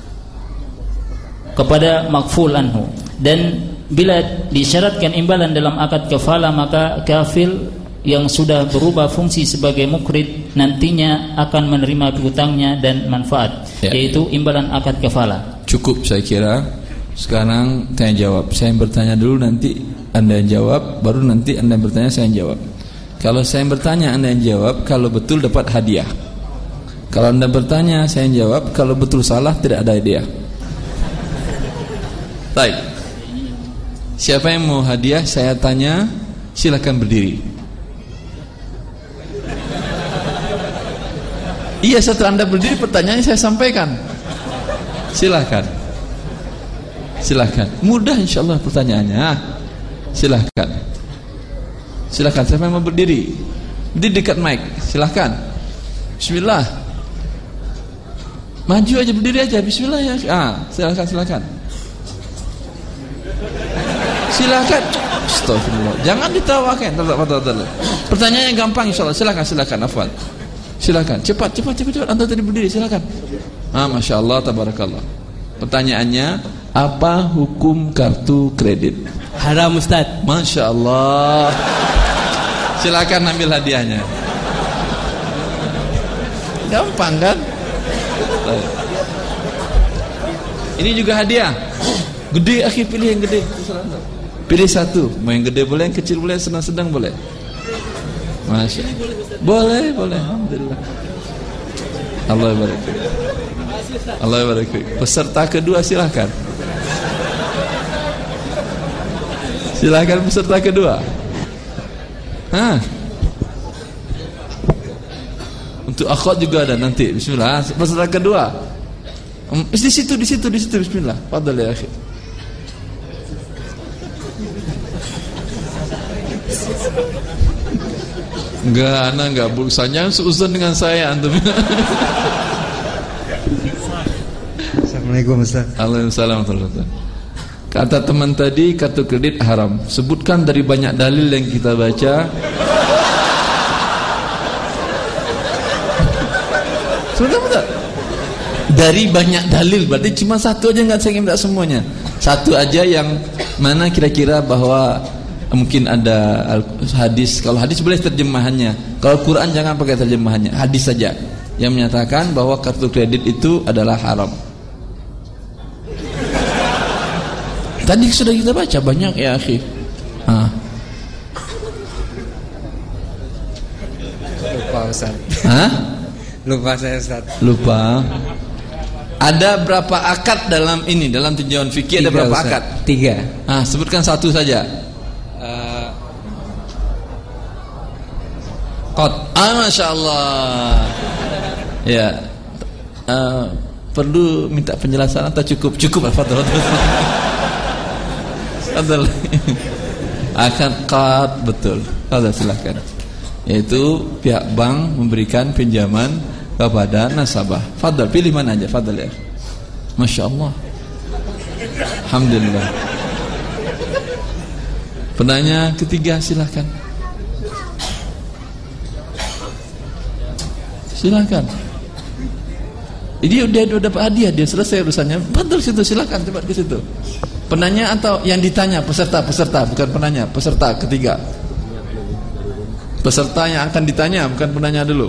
kepada makful anhu. Dan bila disyaratkan imbalan dalam akad kafalah, maka kafil yang sudah berubah fungsi sebagai mukrid nantinya akan menerima piutangnya dan manfaat, yaitu imbalan akad kafalah. Cukup saya kira. Sekarang tanya jawab. Saya yang bertanya dulu, nanti Anda yang jawab, baru nanti Anda yang bertanya, saya yang jawab. Kalau saya yang bertanya, Anda yang jawab, kalau betul dapat hadiah. Kalau Anda bertanya, saya yang jawab, kalau betul salah tidak ada hadiah. Baik. Siapa yang mau hadiah? Saya tanya, silakan berdiri. Iya, setelah Anda berdiri, pertanyaannya saya sampaikan. Silakan. Silakan. Mudah insyaallah pertanyaannya. Silakan. Silakan, siapa yang mau berdiri? Berdiri dekat mic. Silakan. Bismillah. Maju aja, berdiri aja. Bismillah ya. Silakan, silakan. Silakan. Astagfirullah. Jangan ditawakan. Pertanyaannya gampang insyaallah. Silakan, silakan. Afwan. Silakan. Cepat. Anda tadi berdiri, silakan. Masya Allah, tabarakallah. Pertanyaannya, Apa hukum kartu kredit? Haram, Ustaz. Masya Allah. Silakan ambil hadiahnya. Gampang kan? Ini juga hadiah. Gede, akhi, pilih yang gede. Pilih satu. Mau yang gede boleh, yang kecil boleh, sedang-sedang boleh. Masya Allah. Boleh. Alhamdulillah. Allah barik. Allah barik. Peserta kedua silahkan. Silahkan peserta kedua. Untuk akhwat juga ada nanti. Bismillah. Peserta kedua. Di situ. Bismillah. Fadhal ya akhi. Enggak, anak enggak bursanya seuzon dengan saya antum. Assalamualaikum Ustaz. Waalaikumsalam. Kata teman tadi kartu kredit haram. Sebutkan dari banyak dalil yang kita baca. Sudah. Dari banyak dalil, berarti cuma satu aja, enggak saya minta semuanya. Satu aja yang mana kira-kira bahwa mungkin ada hadis. Kalau hadis boleh terjemahannya. Kalau Quran jangan pakai terjemahannya. Hadis saja yang menyatakan bahwa kartu kredit itu adalah haram. Tadi sudah kita baca banyak ya akhi. Lupa Ustaz. Lupa saya Ustaz. Lupa. Ada berapa akad dalam ini? Dalam tinjauan fikih ada berapa Ustaz. akad? 3. Sebutkan satu saja. Qad. Masya Allah. Ya. Perlu minta penjelasan atau cukup? Cukup. Fadhal. Akad qad, betul. Fadhal, silakan. Yaitu pihak bank memberikan pinjaman kepada nasabah. Fadhal, pilih mana aja. Fadhal ya. Masya Allah. Alhamdulillah. Penanya ketiga silakan. Silakan. Ini dia udah dapat hadiah, dia selesai urusannya. Betul situ, silakan cepat ke situ. Penanya atau yang ditanya? Peserta, bukan penanya. Peserta ketiga. Peserta yang akan ditanya, bukan penanya dulu.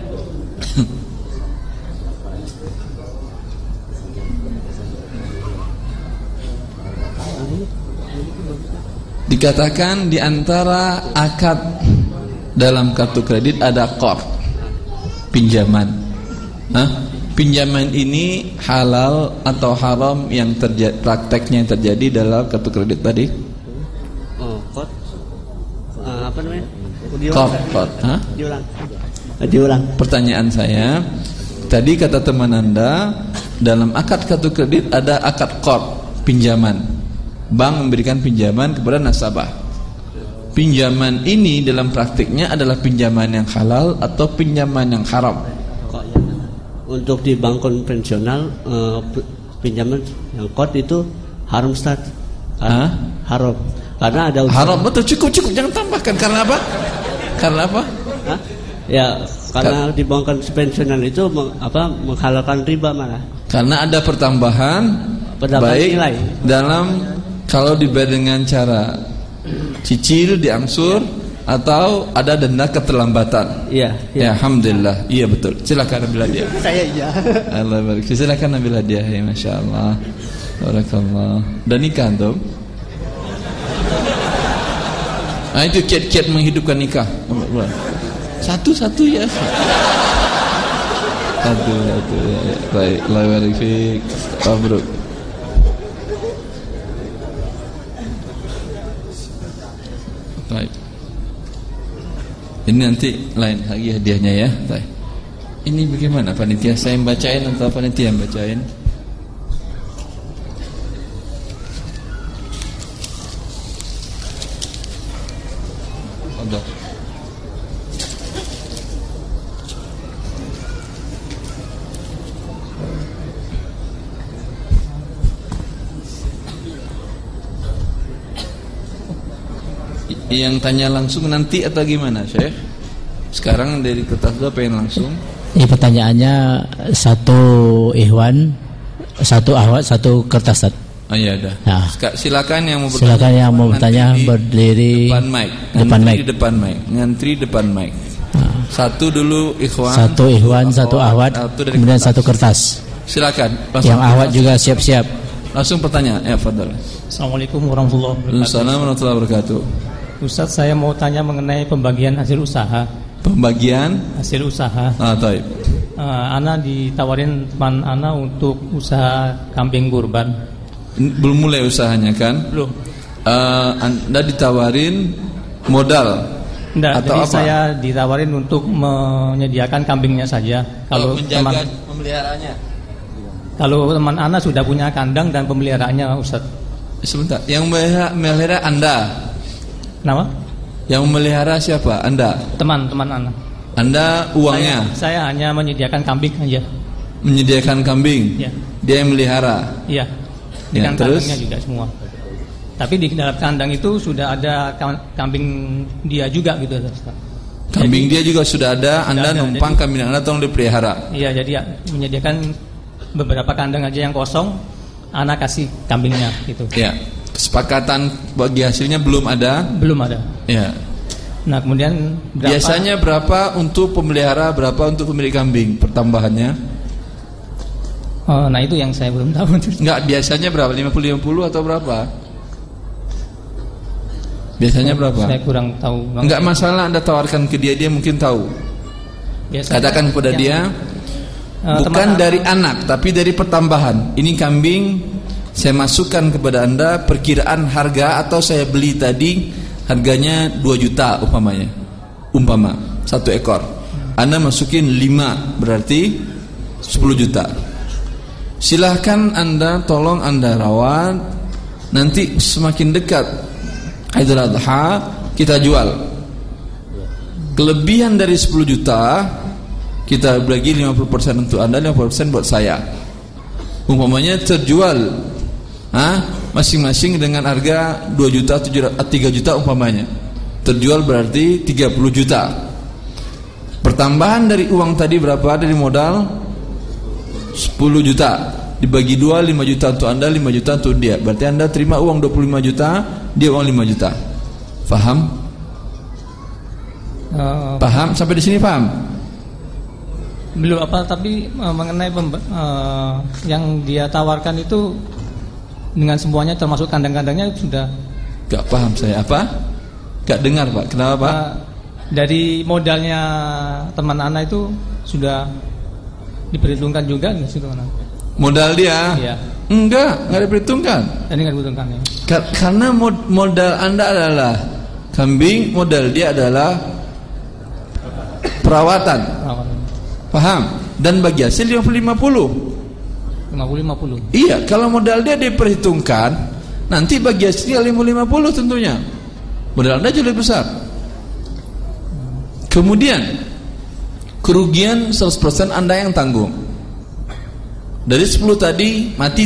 Dikatakan di antara akad dalam kartu kredit ada qard, pinjaman. Pinjaman ini halal atau haram yang prakteknya yang terjadi dalam kartu kredit tadi? Qard. Apa namanya? Qard. Diulang. Pertanyaan saya, tadi kata teman Anda dalam akad kartu kredit ada akad qard, pinjaman. Bank memberikan pinjaman kepada nasabah. Pinjaman ini dalam praktiknya adalah pinjaman yang halal atau pinjaman yang haram? Untuk di bank konvensional pinjaman yang qard itu haram Ustaz. Haram. Karena ada haram, betul, cukup jangan tambahkan. Karena apa? Ya, karena di bank konvensional itu menghalalkan riba malah. Karena ada pertambahan baik nilai dalam kalau dibayar dengan cara cicil, diangsur, atau ada denda keterlambatan. Iya. Ya, alhamdulillah. Iya betul. Silakan ambil hadiah. Saya iya. Allah barik. Silakan ambil hadiah ya, Masya Allah. Barakallah. Dan nikah antum? Itu kiat-kiat menghidupkan nikah. Satu-satu ya. Satu ya. Baik, Allah barik fiik. Mabruk. Baik. Ini nanti lain lagi hadiahnya ya. Baik. Ini bagaimana panitia? Saya yang bacain atau panitia yang bacain? Ada. Yang tanya langsung nanti atau gimana, Syekh? Sekarang dari kertas dua pengen langsung. Ini pertanyaannya satu ikhwan, satu ahwat, satu kertas. Oh iya dah. Nah, silakan yang mau bertanya. Silakan yang mau bertanya berdiri depan mic. Di depan mic. Ngantri depan mic. Nah. Satu dulu ikhwan. Satu ikhwan, satu ahwat, kemudian kertas. Satu kertas. Silakan. Yang ahwat juga siap-siap. Langsung pertanyaan. Ya, fadhal. Assalamualaikum warahmatullahi wabarakatuh. Waalaikumsalam warahmatullahi wabarakatuh. Ustaz, saya mau tanya mengenai pembagian hasil usaha. Pembagian hasil usaha. Taib. Ana ditawarin teman Ana untuk usaha kambing kurban. Belum mulai usahanya kan? Belum. Anda ditawarin modal. Enggak, atau jadi apa? saya ditawarin untuk menyediakan kambingnya saja. Kalau menjaga pemeliharaannya. Kalau teman Ana sudah punya kandang dan pemeliharaannya, Ustaz. Sebentar, yang memelihara Anda. Kenapa? Yang memelihara siapa? Anda. Teman Ana. Anda uangnya. Saya hanya menyediakan kambing aja. Menyediakan kambing. Ya. Dia yang melihara. Iya. Dengan kandangnya juga semua. Tapi di dalam kandang itu sudah ada kambing dia juga gitu. Kambing dia juga sudah ada. Anda numpang kambing Anda tolong dipelihara. Iya, jadi ya, menyediakan beberapa kandang aja yang kosong, anak kasih kambingnya gitu. Ya. Kesepakatan bagi hasilnya belum ada. Belum ada. Ya. Nah, kemudian biasanya berapa untuk pemelihara, berapa untuk pemilik kambing pertambahannya? Nah itu yang saya belum tahu. Enggak, biasanya berapa? 50-50 atau berapa? Biasanya berapa? Saya kurang tahu. Enggak masalah, Anda tawarkan ke dia mungkin tahu. Biasanya katakan kepada dia, bukan dari anak, tapi dari pertambahan. Ini kambing saya masukkan kepada Anda, perkiraan harga atau saya beli tadi harganya 2 juta umpama 1 ekor. Anda masukin 5, berarti 10 juta. Silahkan Anda, tolong Anda rawat. Nanti semakin dekat Idul Adha kita jual. Kelebihan dari 10 juta kita bagi 50% untuk Anda, 50% buat saya. Umpamanya terjual masing-masing dengan harga 2 juta, 3 juta umpamanya. Terjual berarti 30 juta. Pertambahan dari uang tadi berapa? Dari modal 10 juta. Dibagi 2, 5 juta untuk Anda, 5 juta untuk dia. Berarti Anda terima uang 25 juta, dia uang 5 juta. Faham? Paham? Sampai di sini paham? Belum apa, tapi mengenai yang dia tawarkan itu dengan semuanya termasuk kandang-kandangnya sudah. Gak paham saya. Apa? Gak dengar Pak. Kenapa Pak? Dari modalnya teman Ana itu sudah diperhitungkan juga nggak sih teman Ana? Modal dia? Iya. Enggak diperhitungkan. Ini nggak diperhitungkan ya? Karena modal Anda adalah kambing, modal dia adalah perawatan. Paham? Dan bagi hasil 50-50. 50-50. Iya, kalau modal dia diperhitungkan, nanti bagi hasilnya 50-50 tentunya. Modal Anda jauh lebih besar. Kemudian kerugian 100% Anda yang tanggung. Dari 10 tadi mati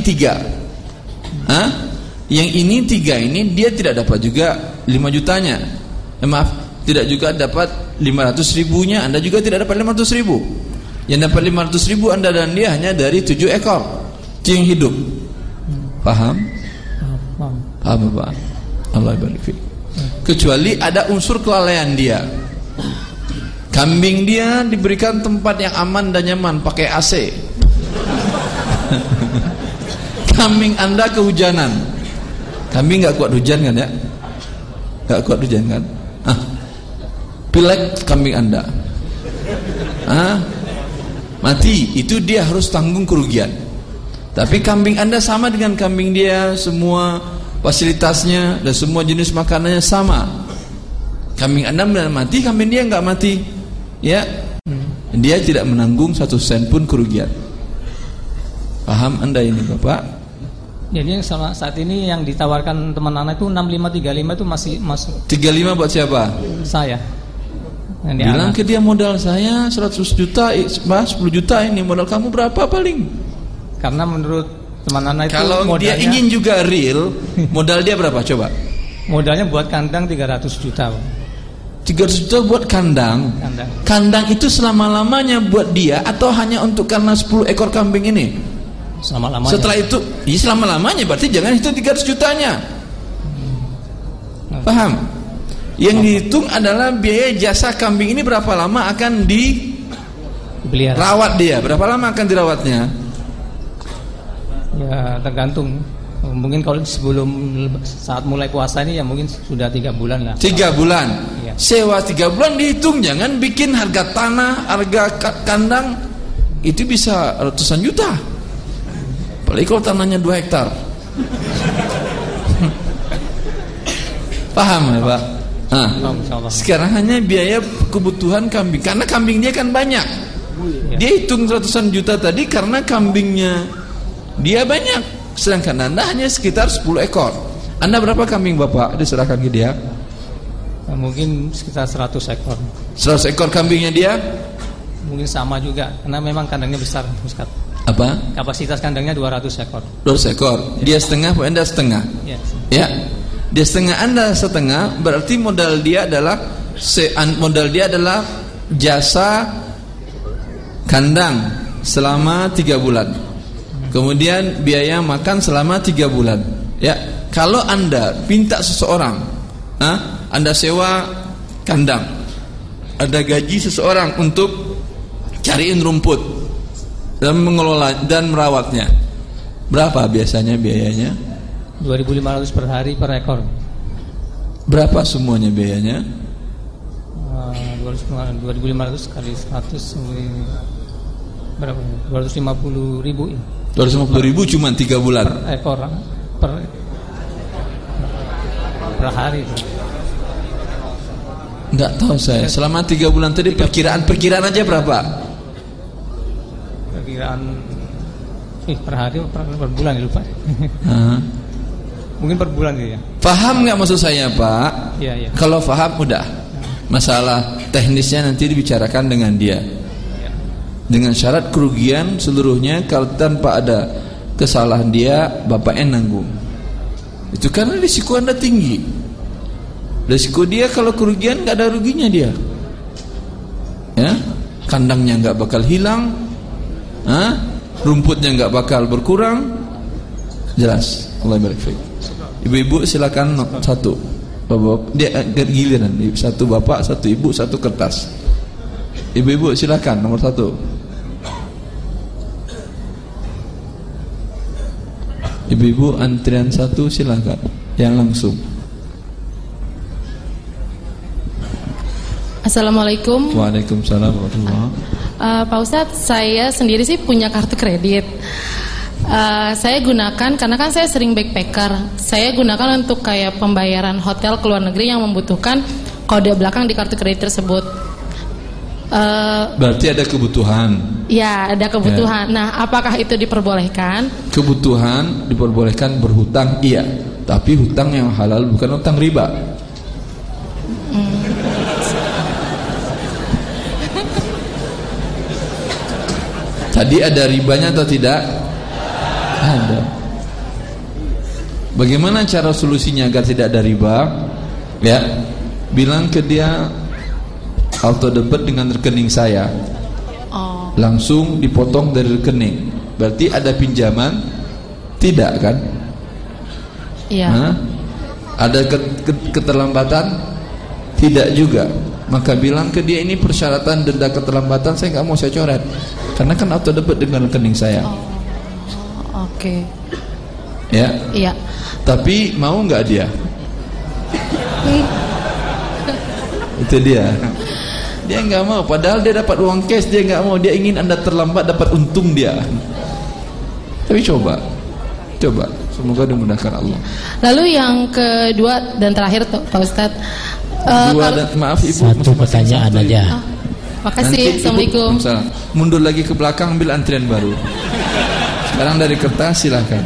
3. Yang ini 3 ini dia tidak dapat juga 5 jutanya. Maaf, tidak juga dapat 500 ribunya, Anda juga tidak dapat 500 ribu. Yang dapat 500 ribu Anda dan dia hanya dari 7 ekor yang hidup. Paham? Paham Pak? Allah barik fiik. Kecuali ada unsur kelalaian dia. Kambing dia diberikan tempat yang aman dan nyaman, pakai AC. Kambing Anda kehujanan. Kambing gak kuat hujan kan ya? Gak kuat hujan kan? Pilek kambing Anda. Mati, itu dia harus tanggung kerugian. Tapi kambing Anda sama dengan kambing dia, semua fasilitasnya dan semua jenis makanannya sama. Kambing Anda mati, kambing dia enggak mati. Ya. Dia tidak menanggung 1 sen pun kerugian. Paham Anda ini Bapak? Jadi yang saat ini yang ditawarkan teman anak itu 6535 itu masih masuk. 35 buat siapa? Saya. Bilang ke dia modal saya 100 juta, 10 juta ini modal kamu berapa paling? Karena menurut teman anak itu kalau modalnya, dia ingin juga real, modal dia berapa coba? Modalnya buat kandang 300 juta. 300 juta buat kandang. Kandang itu selama-lamanya buat dia atau hanya untuk karena 10 ekor kambing ini? Selama-lamanya. Setelah itu, ya selama-lamanya berarti jangan hitung 300 jutanya. Paham? Yang dihitung adalah biaya jasa kambing ini berapa lama akan dirawat dia, berapa lama akan dirawatnya? Ya tergantung. Mungkin kalau sebelum saat mulai puasa ini ya mungkin sudah 3 bulan lah. 3 bulan. Ya. Sewa 3 bulan dihitung, jangan bikin harga tanah, harga kandang itu bisa ratusan juta. Apalagi kalau tanahnya 2 hektar. Paham ya Pak? Nah, sekarang hanya biaya kebutuhan kambing, karena kambing dia kan banyak. Dia hitung ratusan juta tadi karena kambingnya dia banyak. Sedangkan Anda hanya sekitar 10 ekor. Anda berapa kambing Bapak diserahkan ke dia? Mungkin sekitar 100 ekor. 100 ekor kambingnya dia? Mungkin sama juga, karena memang kandangnya besar, Ustaz. Apa? Kapasitas kandangnya 200 ekor. 200 ekor. Dia setengah, Anda setengah. Ya. Dia setengah, Anda setengah, berarti modal dia adalah jasa kandang selama 3 bulan. Kemudian biaya makan selama 3 bulan. Ya, kalau Anda minta seseorang, Anda sewa kandang, Anda gaji seseorang untuk cariin rumput dan mengelola dan merawatnya, berapa biasanya biayanya? 2.500 per hari per ekor. Berapa semuanya biayanya? 2.500 kali 100 berapa? 250.000 ya. 250.000 cuma 3 bulan. Per ekor per hari. Enggak tahu saya. Selama 3 bulan tadi perkiraan aja berapa? Perkiraan per hari per bulan lupa. Mungkin per bulan gitu ya. Paham nggak maksud saya Pak? Iya. Kalau paham udah. Masalah teknisnya nanti dibicarakan dengan dia. Dengan syarat kerugian seluruhnya, kalau tanpa ada kesalahan dia, bapaknya nanggung. Itu karena risiko Anda tinggi. Risiko dia kalau kerugian nggak ada ruginya dia. Ya, kandangnya nggak bakal hilang, rumputnya nggak bakal berkurang. Jelas. Allah barik fiik. Ibu-ibu silakan satu. Bapak dia giliran, satu bapak, satu ibu, satu kertas. Ibu-ibu silakan nomor 1. Ibu-ibu antrian 1 silakan, yang langsung. Assalamualaikum. Waalaikumsalam warahmatullahi. Pak Ustadz, saya sendiri sih punya kartu kredit. Saya gunakan karena kan saya sering backpacker. Saya gunakan untuk kayak pembayaran hotel ke luar negeri yang membutuhkan kode belakang di kartu kredit tersebut. Berarti ada kebutuhan. Ya, ada kebutuhan. Nah, apakah itu diperbolehkan? Kebutuhan diperbolehkan berhutang, iya. Tapi hutang yang halal, bukan hutang riba. Tadi ada ribanya atau tidak? Ada. Bagaimana cara solusinya agar tidak ada riba? Ya, bilang ke dia auto debit dengan rekening saya. Langsung dipotong dari rekening. Berarti ada pinjaman? Tidak kan? Iya. Ada keterlambatan? Tidak juga. Maka bilang ke dia, ini persyaratan denda keterlambatan saya nggak mau saya coret, karena kan auto debit dengan rekening saya. Oke. Ya. Iya. Tapi mau nggak dia? Itu dia. Dia nggak mau. Padahal dia dapat uang cash, dia nggak mau. Dia ingin Anda terlambat dapat untung dia. Tapi coba. Semoga dimudahkan Allah. Lalu yang kedua dan terakhir Pak Ustadz. Maaf Ibu. Satu pertanyaan aja. Makasih. Assalamualaikum. Mundur lagi ke belakang, ambil antrian baru. Sekarang dari kertas silahkan.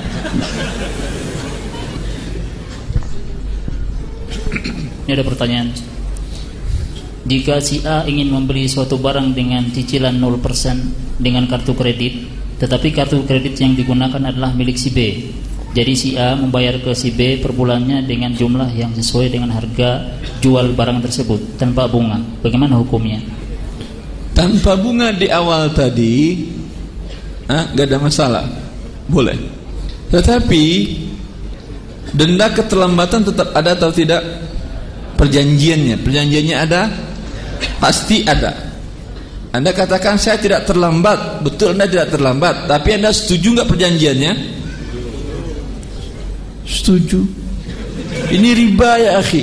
Ini ada pertanyaan. Jika si A ingin membeli suatu barang dengan cicilan 0% dengan kartu kredit, tetapi kartu kredit yang digunakan adalah milik si B, jadi si A membayar ke si B per bulannya dengan jumlah yang sesuai dengan harga jual barang tersebut tanpa bunga. Bagaimana hukumnya? Tanpa bunga di awal tadi, gak ada masalah. boleh. Tetapi denda keterlambatan tetap ada atau tidak? Perjanjiannya ada? Pasti ada. Anda katakan saya tidak terlambat, betul Anda tidak terlambat, tapi Anda setuju nggak perjanjiannya? Setuju. Ini riba ya akhi.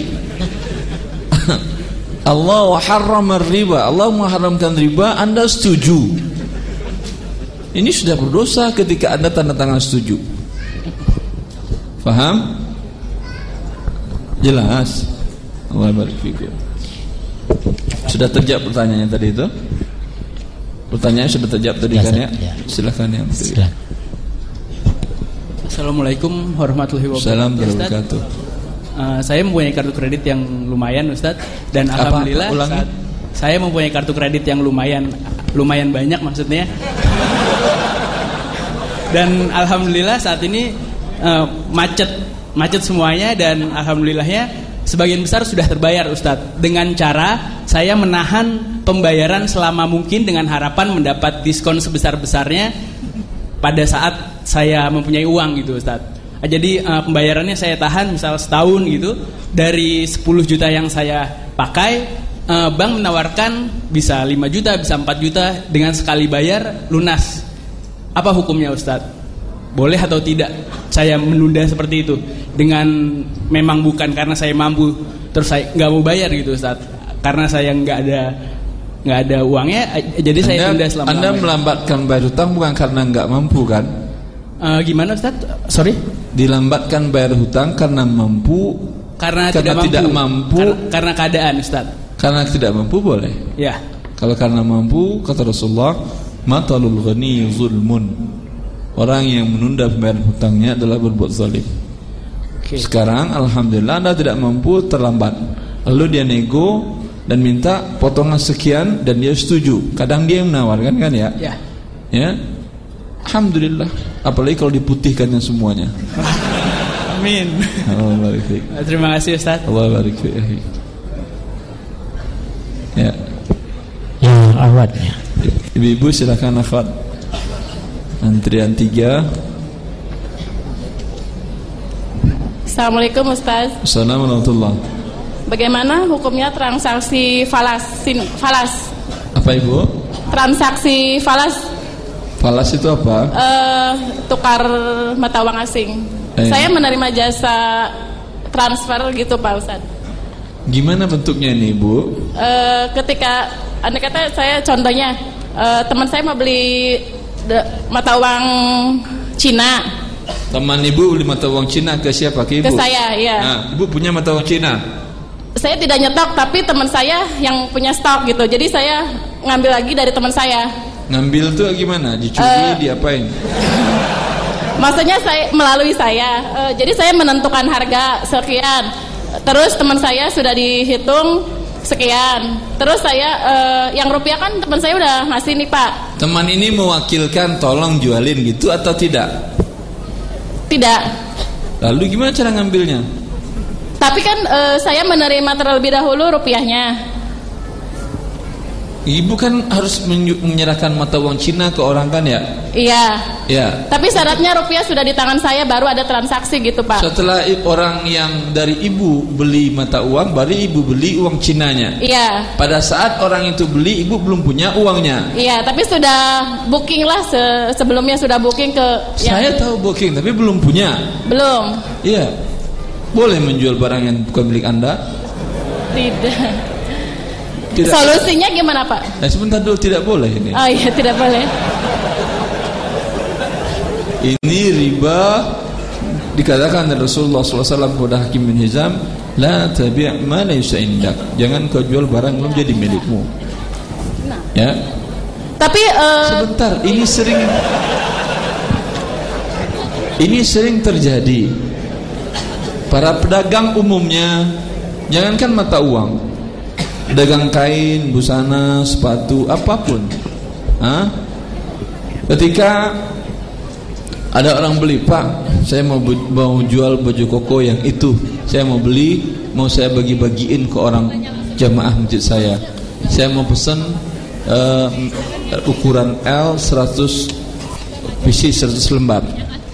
Allah harrama riba, Allah mengharamkan riba, Anda setuju. Ini sudah berdosa ketika Anda tanda tangan setuju. Faham? Jelas. Allah barik fikum. Sudah terjawab pertanyaannya tadi itu? Pertanyaannya sudah terjawab tadi kan ya? Silakan yang silakan. Assalamualaikum warahmatullahi wabarakatuh. Saya mempunyai kartu kredit yang lumayan Ustadz, dan alhamdulillah saya mempunyai kartu kredit yang lumayan banyak maksudnya. Dan alhamdulillah saat ini macet semuanya, dan alhamdulillahnya sebagian besar sudah terbayar Ustadz, dengan cara saya menahan pembayaran selama mungkin dengan harapan mendapat diskon sebesar-besarnya pada saat saya mempunyai uang gitu Ustadz. Jadi pembayarannya saya tahan misal setahun gitu. Dari 10 juta yang saya pakai, bank menawarkan bisa 5 juta, bisa 4 juta dengan sekali bayar lunas. Apa hukumnya Ustadz? Boleh atau tidak saya menunda seperti itu? Dengan memang bukan karena saya mampu terus saya nggak mau bayar gitu Ustadz, karena saya nggak ada uangnya, jadi saya tunda selama. Anda melambatkan bayar hutang bukan karena nggak mampu kan? Gimana Ustadz? Sorry? Dilambatkan bayar hutang karena mampu, karena tidak mampu. Karena keadaan Ustaz. Karena tidak mampu boleh. Ya. Kalau karena mampu, kata Rasulullah, matalul ghani zulmun. Orang yang menunda pembayaran hutangnya adalah berbuat zalim. Okay. Sekarang alhamdulillah Anda tidak mampu, terlambat. Lalu dia nego dan minta potongan sekian dan dia setuju. Kadang dia yang menawarkan kan ya? Ya. Ya. Alhamdulillah. Apalagi kalau diputihkannya semuanya. Amin. Allah barik fiik. Terima kasih Ustaz. Allah barik fiik. Ya. Ya, awatnya. Ibu-ibu silakan akhwat. Antrian 3. Assalamualaikum Ustaz. Assalamualaikum warahmatullahi. Bagaimana hukumnya transaksi falas? Apa Ibu? Transaksi falas. Falas itu apa? Tukar mata uang asing. Saya menerima jasa transfer gitu Pak Ustaz. Gimana bentuknya ini Ibu? Ketika Anda kata saya contohnya teman saya mau beli mata uang Cina. Teman Ibu beli mata uang Cina ke siapa? Ke Ibu? Ke saya, iya. Nah, Ibu punya mata uang Cina? Saya tidak nyetok, tapi teman saya yang punya stok gitu. Jadi saya ngambil lagi dari teman saya. Ngambil tuh gimana? Dicuri, diapain? Maksudnya melalui saya. Jadi saya menentukan harga sekian. Terus teman saya sudah dihitung sekian. Terus saya yang rupiah kan teman saya udah ngasih nih Pak. Teman ini mewakilkan tolong jualin gitu atau tidak? Tidak. Lalu gimana cara ngambilnya? Tapi kan saya menerima terlebih dahulu rupiahnya. Ibu kan harus menyerahkan mata uang Cina ke orang kan ya? Iya. Ya. Tapi syaratnya rupiah sudah di tangan saya baru ada transaksi gitu Pak. Setelah orang yang dari Ibu beli mata uang, baru Ibu beli uang Cinanya. Iya. Pada saat orang itu beli, Ibu belum punya uangnya. Iya, tapi sudah booking lah sebelumnya sudah booking ke. Saya tahu booking, tapi belum punya. Belum. Iya. Boleh menjual barang yang bukan milik Anda? Tidak. Solusinya gimana Pak? Nah, sebentar dulu, tidak boleh ini. Oh iya, tidak boleh. Ini riba. Dikatakan oleh Rasulullah SAW kepada Hakim bin Hizam, la tabi' ma laysa indak. Jangan kau jual barang belum jadi milikmu. Nah. Ya. Tapi sebentar, ini sering terjadi. Para pedagang umumnya, jangankan mata uang, pedagang kain, busana, sepatu, apapun. Ketika ada orang beli, Pak, saya mau jual baju koko yang itu, saya mau beli, mau saya bagi-bagiin ke orang jamaah masjid saya. Saya mau pesan ukuran L 100 PC 100 lembar.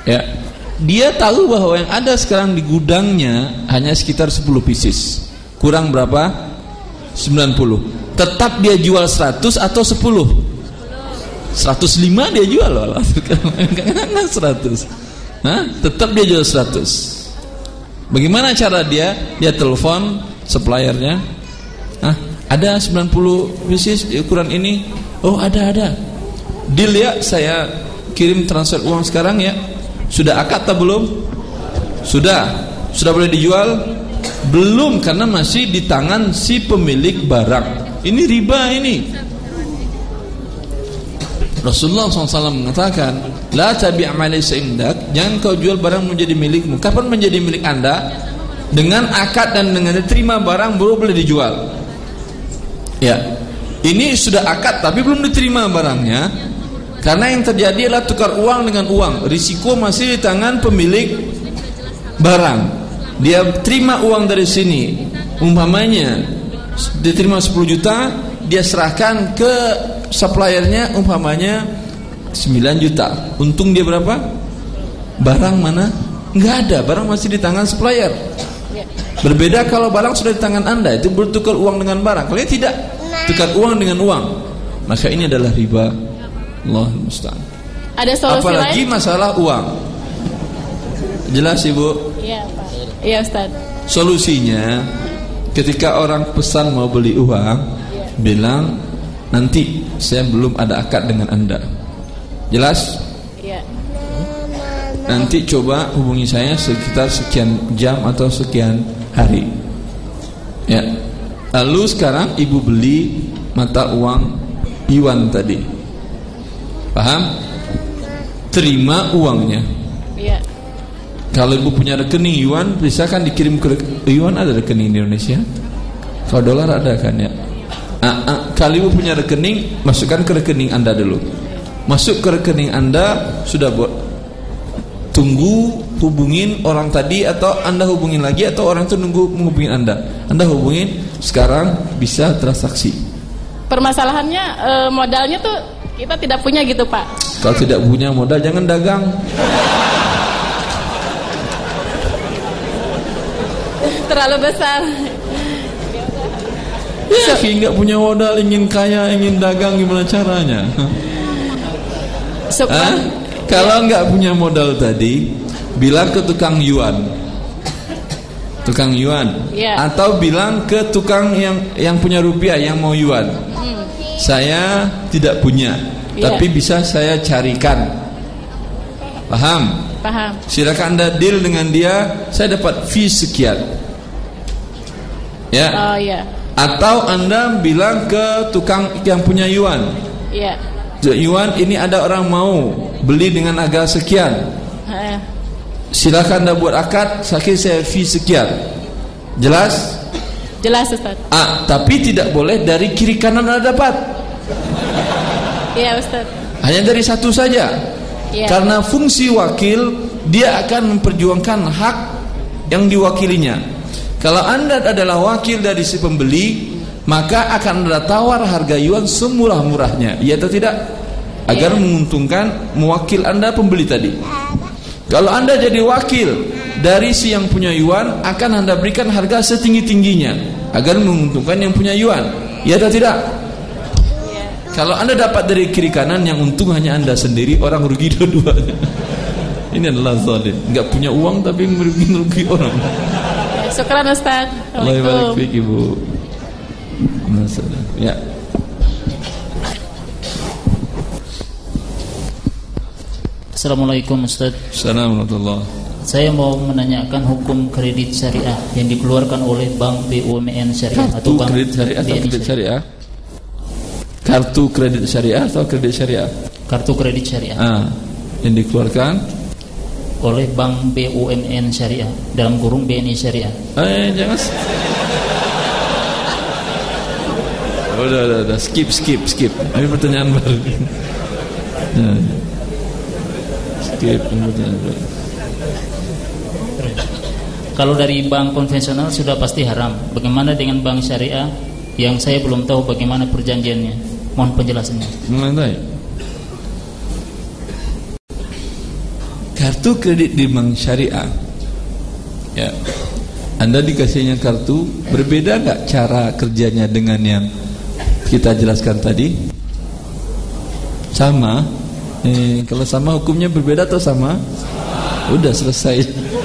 Ya. Dia tahu bahwa yang ada sekarang di gudangnya hanya sekitar 10 pieces. Kurang berapa? 90. Tetap dia jual 100 atau 10? 105 dia jual loh. Enggak 100. Hah? Tetap dia jual 100. Bagaimana cara dia? Dia telepon suppliernya. Ada 90 pieces ukuran ini. Oh, ada. Deal ya, saya kirim transfer uang sekarang ya. Sudah akad atau belum? Sudah boleh dijual? Belum, karena masih di tangan si pemilik barang. Ini riba ini. Rasulullah SAW mengatakan, la tabi' ma laysa indak, jangan kau jual barang menjadi milikmu. Kapan menjadi milik anda? Dengan akad dan dengan diterima barang baru boleh dijual. Ya, ini sudah akad tapi belum diterima barangnya. Karena yang terjadi adalah tukar uang dengan uang. Risiko masih di tangan pemilik barang. Dia terima uang dari sini, umpamanya diterima 10 juta, dia serahkan ke suppliernya umpamanya 9 juta. Untung dia berapa? Barang mana? Enggak ada, barang masih di tangan supplier. Berbeda kalau barang sudah di tangan Anda, itu bertukar uang dengan barang. Kalau tidak, tukar uang dengan uang, maka ini adalah riba. Allahul musta'an. Ada solusi apalagi lain? Masalah uang. Jelas Ibu? Iya Pak. Iya Ustaz. Solusinya, ketika orang pesan mau beli uang, bilang nanti saya belum ada akad dengan Anda. Jelas? Iya. Nanti coba hubungi saya sekitar sekian jam atau sekian hari. Ya. Lalu sekarang Ibu beli mata uang yuan tadi. Paham? Terima uangnya. Iya. Kalau Ibu punya rekening yuan, bisa kan dikirim ke yuan, ada rekening di Indonesia. Kalau dolar ada kan ya. Kalau Ibu punya rekening, masukkan ke rekening Anda dulu. Masuk ke rekening Anda, sudah tunggu hubungin orang tadi, atau Anda hubungin lagi, atau orang itu nunggu menghubungin Anda. Anda hubungin, sekarang bisa transaksi. Permasalahannya modalnya tuh kita tidak punya gitu Pak. Kalau tidak punya modal jangan dagang. Terlalu besar. Ya, nggak punya modal, ingin kaya, ingin dagang, gimana caranya? Kalau nggak punya modal tadi, bilang ke tukang yuan, atau bilang ke tukang yang punya rupiah, yang mau yuan. Saya tidak punya, tapi bisa saya carikan. Paham? Paham. Silakan Anda deal dengan dia, saya dapat fee sekian. Ya. Oh iya. Atau Anda bilang ke tukang yang punya yuan. Iya. Yuan ini ada orang mau beli dengan harga sekian. Silakan Anda buat akad, saya fee sekian. Jelas? Jelas Ustaz. Tapi tidak boleh dari kiri kanan Anda dapat. Iya Ustaz. Hanya dari satu saja. Ya. Karena fungsi wakil, dia akan memperjuangkan hak yang diwakilinya. Kalau Anda adalah wakil dari si pembeli, maka akan Anda tawar harga yuan semurah-murahnya, iya atau tidak? Agar menguntungkan mewakil Anda pembeli tadi. Kalau Anda jadi wakil dari si yang punya yuan, akan Anda berikan harga setinggi-tingginya agar menguntungkan yang punya yuan, iya atau tidak? Kalau Anda dapat dari kiri kanan, yang untung hanya Anda sendiri, orang rugi dua-duanya. Ini adalah zalim, enggak punya uang tapi merugi orang. Syukran Ustaz. Allah barik fik Ibu. Ya. Assalamualaikum Ustaz. Assalamualaikum. Saya mau menanyakan hukum kredit syariah yang dikeluarkan oleh Bank BUMN Syariah atau Bank kredit syariah atau kredit syariah? Kartu kredit syariah atau kredit syariah? Kartu kredit syariah. Yang dikeluarkan oleh Bank BUMN Syariah dalam kurung BNI Syariah. Jangan. Udah, skip. Ini pertanyaan baru. Skip pertanyaan baru. Kalau dari bank konvensional sudah pasti haram. Bagaimana dengan bank syariah yang saya belum tahu bagaimana perjanjiannya? Mohon penjelasannya. Mengenai kartu kredit di bank syariah, ya, Anda dikasihnya kartu, berbeda nggak cara kerjanya dengan yang kita jelaskan tadi? Sama. Kalau sama hukumnya berbeda atau sama? Udah selesai.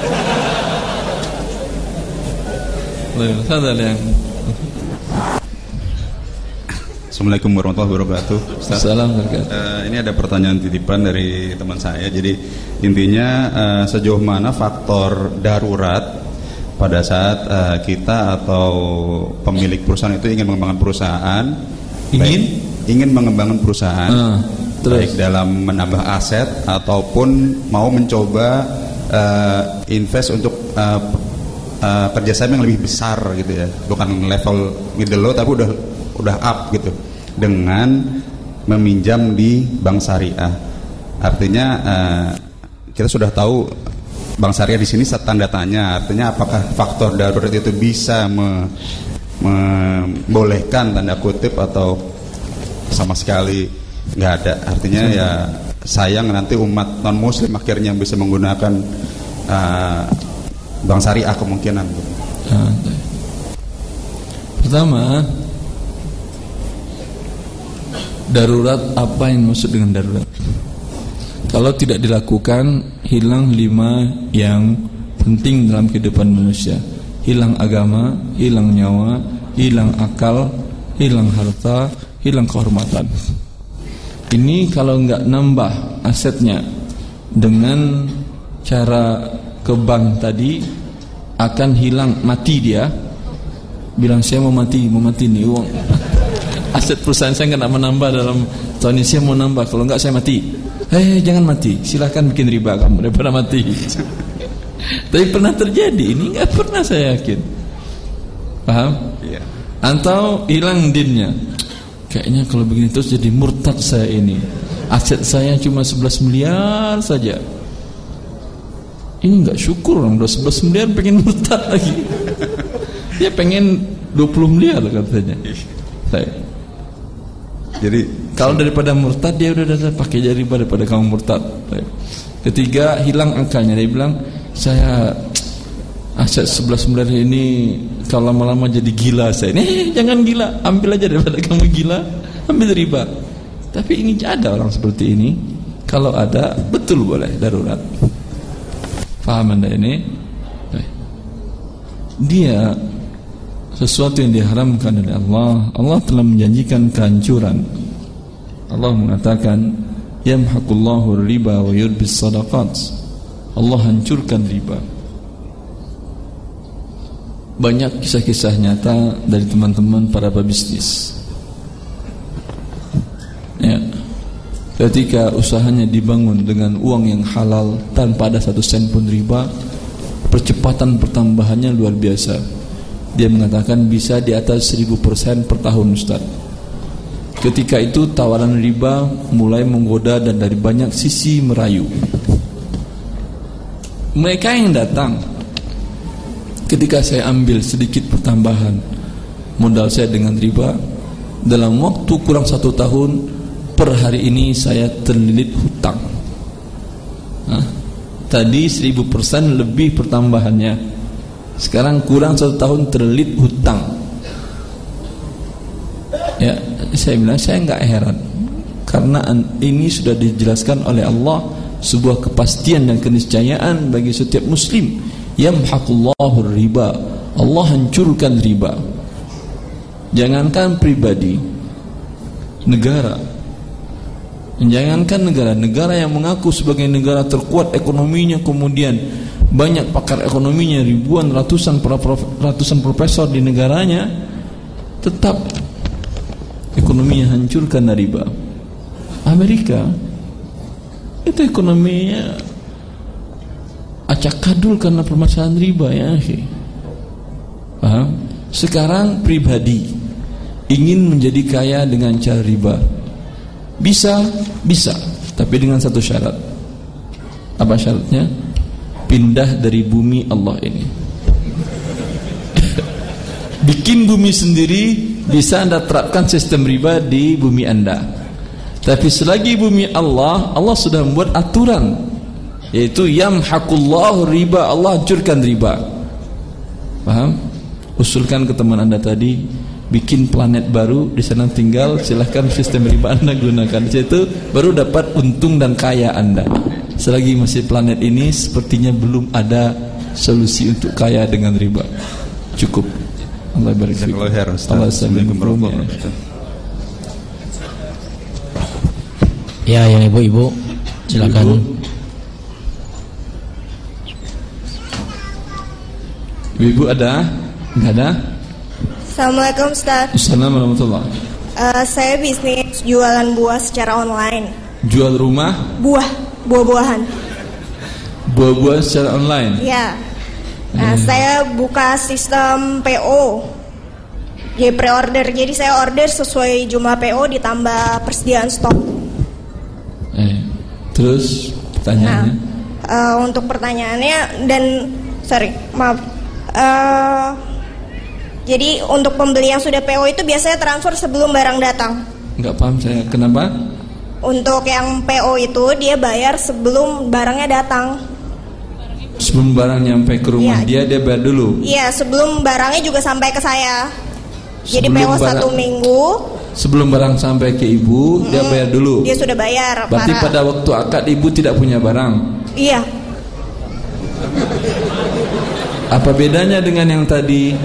Assalamualaikum warahmatullahi wabarakatuh. Assalamualaikum. Ini ada pertanyaan titipan dari teman saya. Jadi intinya sejauh mana faktor darurat pada saat kita atau pemilik perusahaan itu ingin mengembangkan perusahaan, ingin mengembangkan perusahaan, baik dalam menambah aset ataupun mau mencoba invest untuk kerjasama yang lebih besar gitu ya, bukan level middle low tapi udah up gitu, dengan meminjam di bank syariah. Artinya kita sudah tahu bank syariah di sini tanda tanya. Artinya apakah faktor darurat itu bisa membolehkan tanda kutip atau sama sekali nggak ada. Artinya ya sayang nanti umat non muslim akhirnya bisa menggunakan bank syariah kemungkinan. Pertama, darurat, apa yang maksud dengan darurat? Kalau tidak dilakukan, hilang 5 yang penting dalam kehidupan manusia. Hilang agama, hilang nyawa, hilang akal, hilang harta, hilang kehormatan. Ini kalau nggak nambah asetnya dengan cara ke bank tadi, akan hilang, mati dia. Bilang saya mau mati nih uang. Aset perusahaan saya nggak menambah dalam tahun ini, saya mau nambah, kalau nggak saya mati. Jangan mati, silahkan bikin riba kamu daripada mati. Tapi pernah terjadi, ini nggak pernah, saya yakin. Paham? Iya. Atau hilang dinnya. Kayaknya kalau begini terus jadi murtad saya ini. Aset saya cuma 11 miliar saja. Ini nggak syukur orang, udah 11 miliar pengen murtad lagi. Dia pengen 20 miliar katanya. Jadi kalau daripada murtad, dia udah pakai jadi riba daripada kamu murtad. Ketiga, hilang akalnya. Dia bilang, saya aset 11 miliar ini kalau lama-lama jadi gila saya. Jangan gila, ambil aja daripada kamu gila, ambil riba. Tapi ini ada orang seperti ini. Kalau ada, betul boleh darurat. Paham Anda ini? Dia sesuatu yang diharamkan oleh Allah. Allah telah menjanjikan kehancuran. Allah mengatakan, yamhaqullahu riba wa yurbis sadaqat. Allah hancurkan riba. Banyak kisah-kisah nyata dari teman-teman para pebisnis. Ya. Ketika usahanya dibangun dengan uang yang halal tanpa ada 1 sen pun riba, percepatan pertambahannya luar biasa. Dia mengatakan bisa di atas 1000% per tahun, Ustaz. Ketika itu tawaran riba mulai menggoda dan dari banyak sisi merayu. Mereka yang datang, ketika saya ambil sedikit pertambahan modal saya dengan riba, dalam waktu kurang 1 tahun, per hari ini saya terlilit hutang. Tadi 1000% lebih pertambahannya, sekarang kurang 1 tahun terlilit hutang. Ya, saya bilang saya enggak heran, karena ini sudah dijelaskan oleh Allah, sebuah kepastian dan keniscayaan bagi setiap muslim. Yamhaqullahu riba, Allah hancurkan riba. Jangankan pribadi, negara. Jangankan negara yang mengaku sebagai negara terkuat ekonominya, kemudian banyak pakar ekonominya, ribuan ratusan profesor di negaranya, tetap ekonominya hancurkan dari riba. Amerika itu ekonominya acak-kadul karena permasalahan riba, ya. Paham? Sekarang pribadi ingin menjadi kaya dengan cara riba, bisa, tapi dengan satu syarat. Apa syaratnya? Pindah dari bumi Allah ini. Bikin bumi sendiri, bisa Anda terapkan sistem riba di bumi Anda. Tapi selagi bumi Allah, Allah sudah membuat aturan yaitu yamhaqullahu riba, Allah hancurkan riba. Paham? Usulkan ke teman Anda tadi, bikin planet baru, di sana tinggal, silahkan sistem riba Anda gunakan. Di situ baru dapat untung dan kaya Anda. Selagi masih planet ini, sepertinya belum ada solusi untuk kaya dengan riba. Cukup. Allah barik fiik. Allah assalamualaikum. Ya, yang ibu-ibu silakan. Ibu ada? Enggak ada? Assalamualaikum Ustaz. Assalamualaikum warahmatullahi. Saya bisnis jualan buah secara online. Jual rumah? Buah-buahan. Buah-buah secara online? Ya. Nah, saya buka sistem PO. Jadi pre-order. Jadi saya order sesuai jumlah PO ditambah persediaan stok. Terus pertanyaannya? Untuk pertanyaannya maaf. Jadi untuk pembeli yang sudah PO itu biasanya transfer sebelum barang datang. Enggak paham saya. Kenapa? Untuk yang PO itu dia bayar sebelum barangnya datang. Sebelum barang nyampe ke rumah dia bayar dulu. Iya, sebelum barangnya juga sampai ke saya. Jadi PO 1 minggu. Sebelum barang sampai ke ibu, dia bayar dulu. Dia sudah bayar. Berarti pada waktu akad ibu tidak punya barang. Iya. Apa bedanya dengan yang tadi?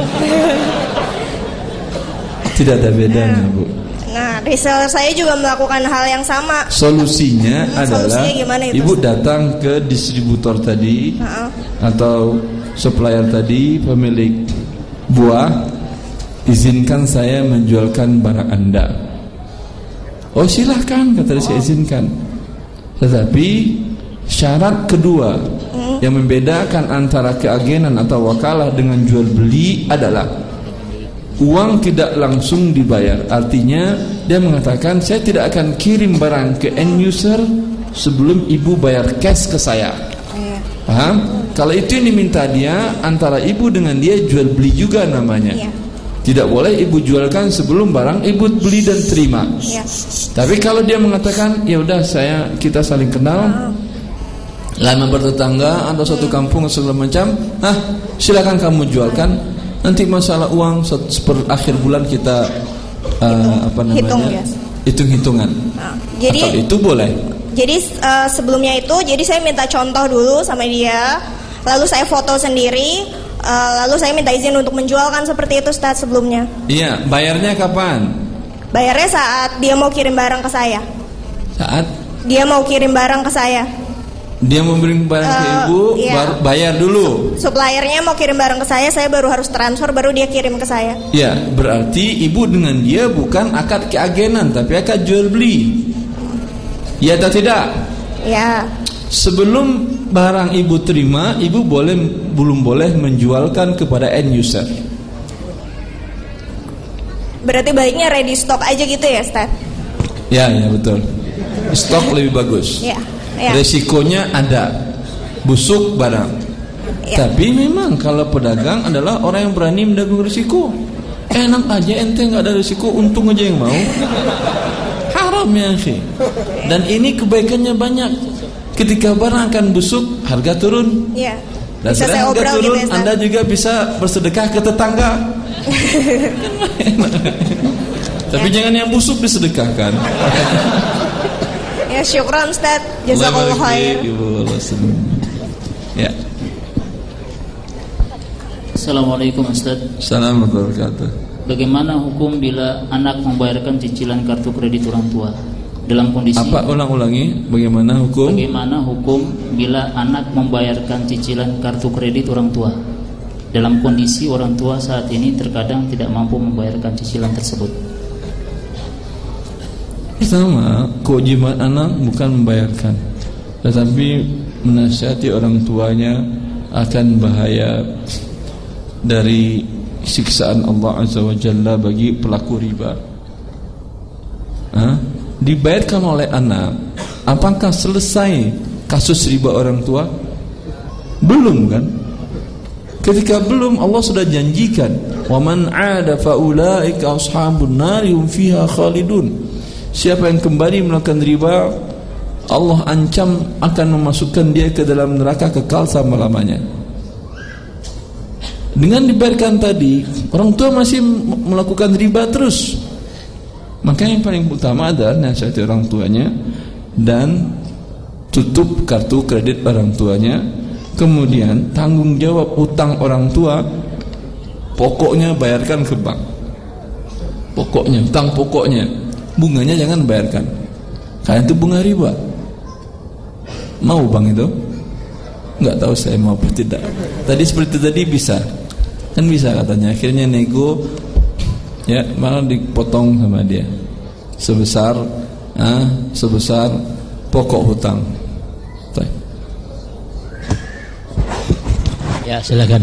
Tidak ada bedanya, Bu. Nah, reseller saya juga melakukan hal yang sama. Solusinya adalah itu? Ibu datang ke distributor tadi atau supplier tadi, pemilik buah, izinkan saya menjualkan barang Anda. Oh silahkan, kata dia, saya izinkan. Tetapi syarat kedua yang membedakan antara keagenan atau wakalah dengan jual beli adalah uang tidak langsung dibayar. Artinya dia mengatakan saya tidak akan kirim barang ke end user sebelum ibu bayar cash ke saya. Paham? Kalau itu yang diminta dia, antara ibu dengan dia jual beli juga namanya. Tidak boleh ibu jualkan sebelum barang ibu beli dan terima. Tapi kalau dia mengatakan ya udah kita saling kenal, lama bertetangga atau suatu kampung segala macam, silakan kamu jualkan. Nanti masalah uang akhir bulan kita hitung-hitungan. Jadi atau itu boleh. Jadi sebelumnya itu, jadi saya minta contoh dulu sama dia, lalu saya foto sendiri, lalu saya minta izin untuk menjualkan seperti itu Ustaz sebelumnya. Iya, bayarnya kapan? Bayarnya saat dia mau kirim barang ke saya. Saat? Dia mau kirim barang ke saya. Dia memberi barang ke ibu, baru bayar dulu. Suppliernya mau kirim barang ke saya baru harus transfer, baru dia kirim ke saya. Ya, berarti ibu dengan dia bukan akad keagenan, tapi akad jual beli. Ya atau tidak? Ya. Sebelum barang ibu terima, ibu belum boleh menjualkan kepada end user. Berarti baiknya ready stock aja gitu ya, Ustaz? Ya betul. Stok lebih bagus. Ya. Resikonya ada, busuk barang. Tapi memang kalau pedagang adalah orang yang berani menanggung risiko. Enak aja ente nggak ada risiko, untung aja yang mau. Haram ya sih. Dan ini kebaikannya banyak. Ketika barang akan busuk, harga turun. Iya. Dan setelah harga turun, gitu ya, Anda juga bisa bersedekah ke tetangga. Tapi jangan yang busuk disedekahkan. Ya syukran Ustaz, jazakallahu khair. Ya. Assalamualaikum Ustaz. Assalamualaikum warahmatullahi wabarakatuh. Bagaimana hukum bila anak membayarkan cicilan kartu kredit orang tua dalam kondisi ulangi bagaimana hukum? Bagaimana hukum bila anak membayarkan cicilan kartu kredit orang tua dalam kondisi orang tua saat ini terkadang tidak mampu membayarkan cicilan tersebut? Pertama, kewajiban anak bukan membayarkan, tetapi menasihati orang tuanya akan bahaya dari siksaan Allah Azza wa Jalla bagi pelaku riba. Dibayarkan oleh anak, apakah selesai kasus riba orang tua? Belum kan? Ketika belum, Allah sudah janjikan, wa man 'ada fa ulaika ashabun nar hum fiha khalidun. Siapa yang kembali melakukan riba, Allah ancam akan memasukkan dia ke dalam neraka kekal selama-lamanya. Dengan dibayarkan tadi, orang tua masih melakukan riba terus. Maka yang paling utama adalah nasihati orang tuanya dan tutup kartu kredit orang tuanya. Kemudian tanggung jawab utang orang tua, pokoknya bayarkan ke bank. Pokoknya, utang pokoknya, bunganya jangan bayarkan. Karena itu bunga riba. Mau bang itu? Enggak tahu saya mau apa tidak. Tadi seperti tadi bisa, kan bisa katanya. Akhirnya nego, ya malah dipotong sama dia sebesar pokok hutang. Ya, silakan.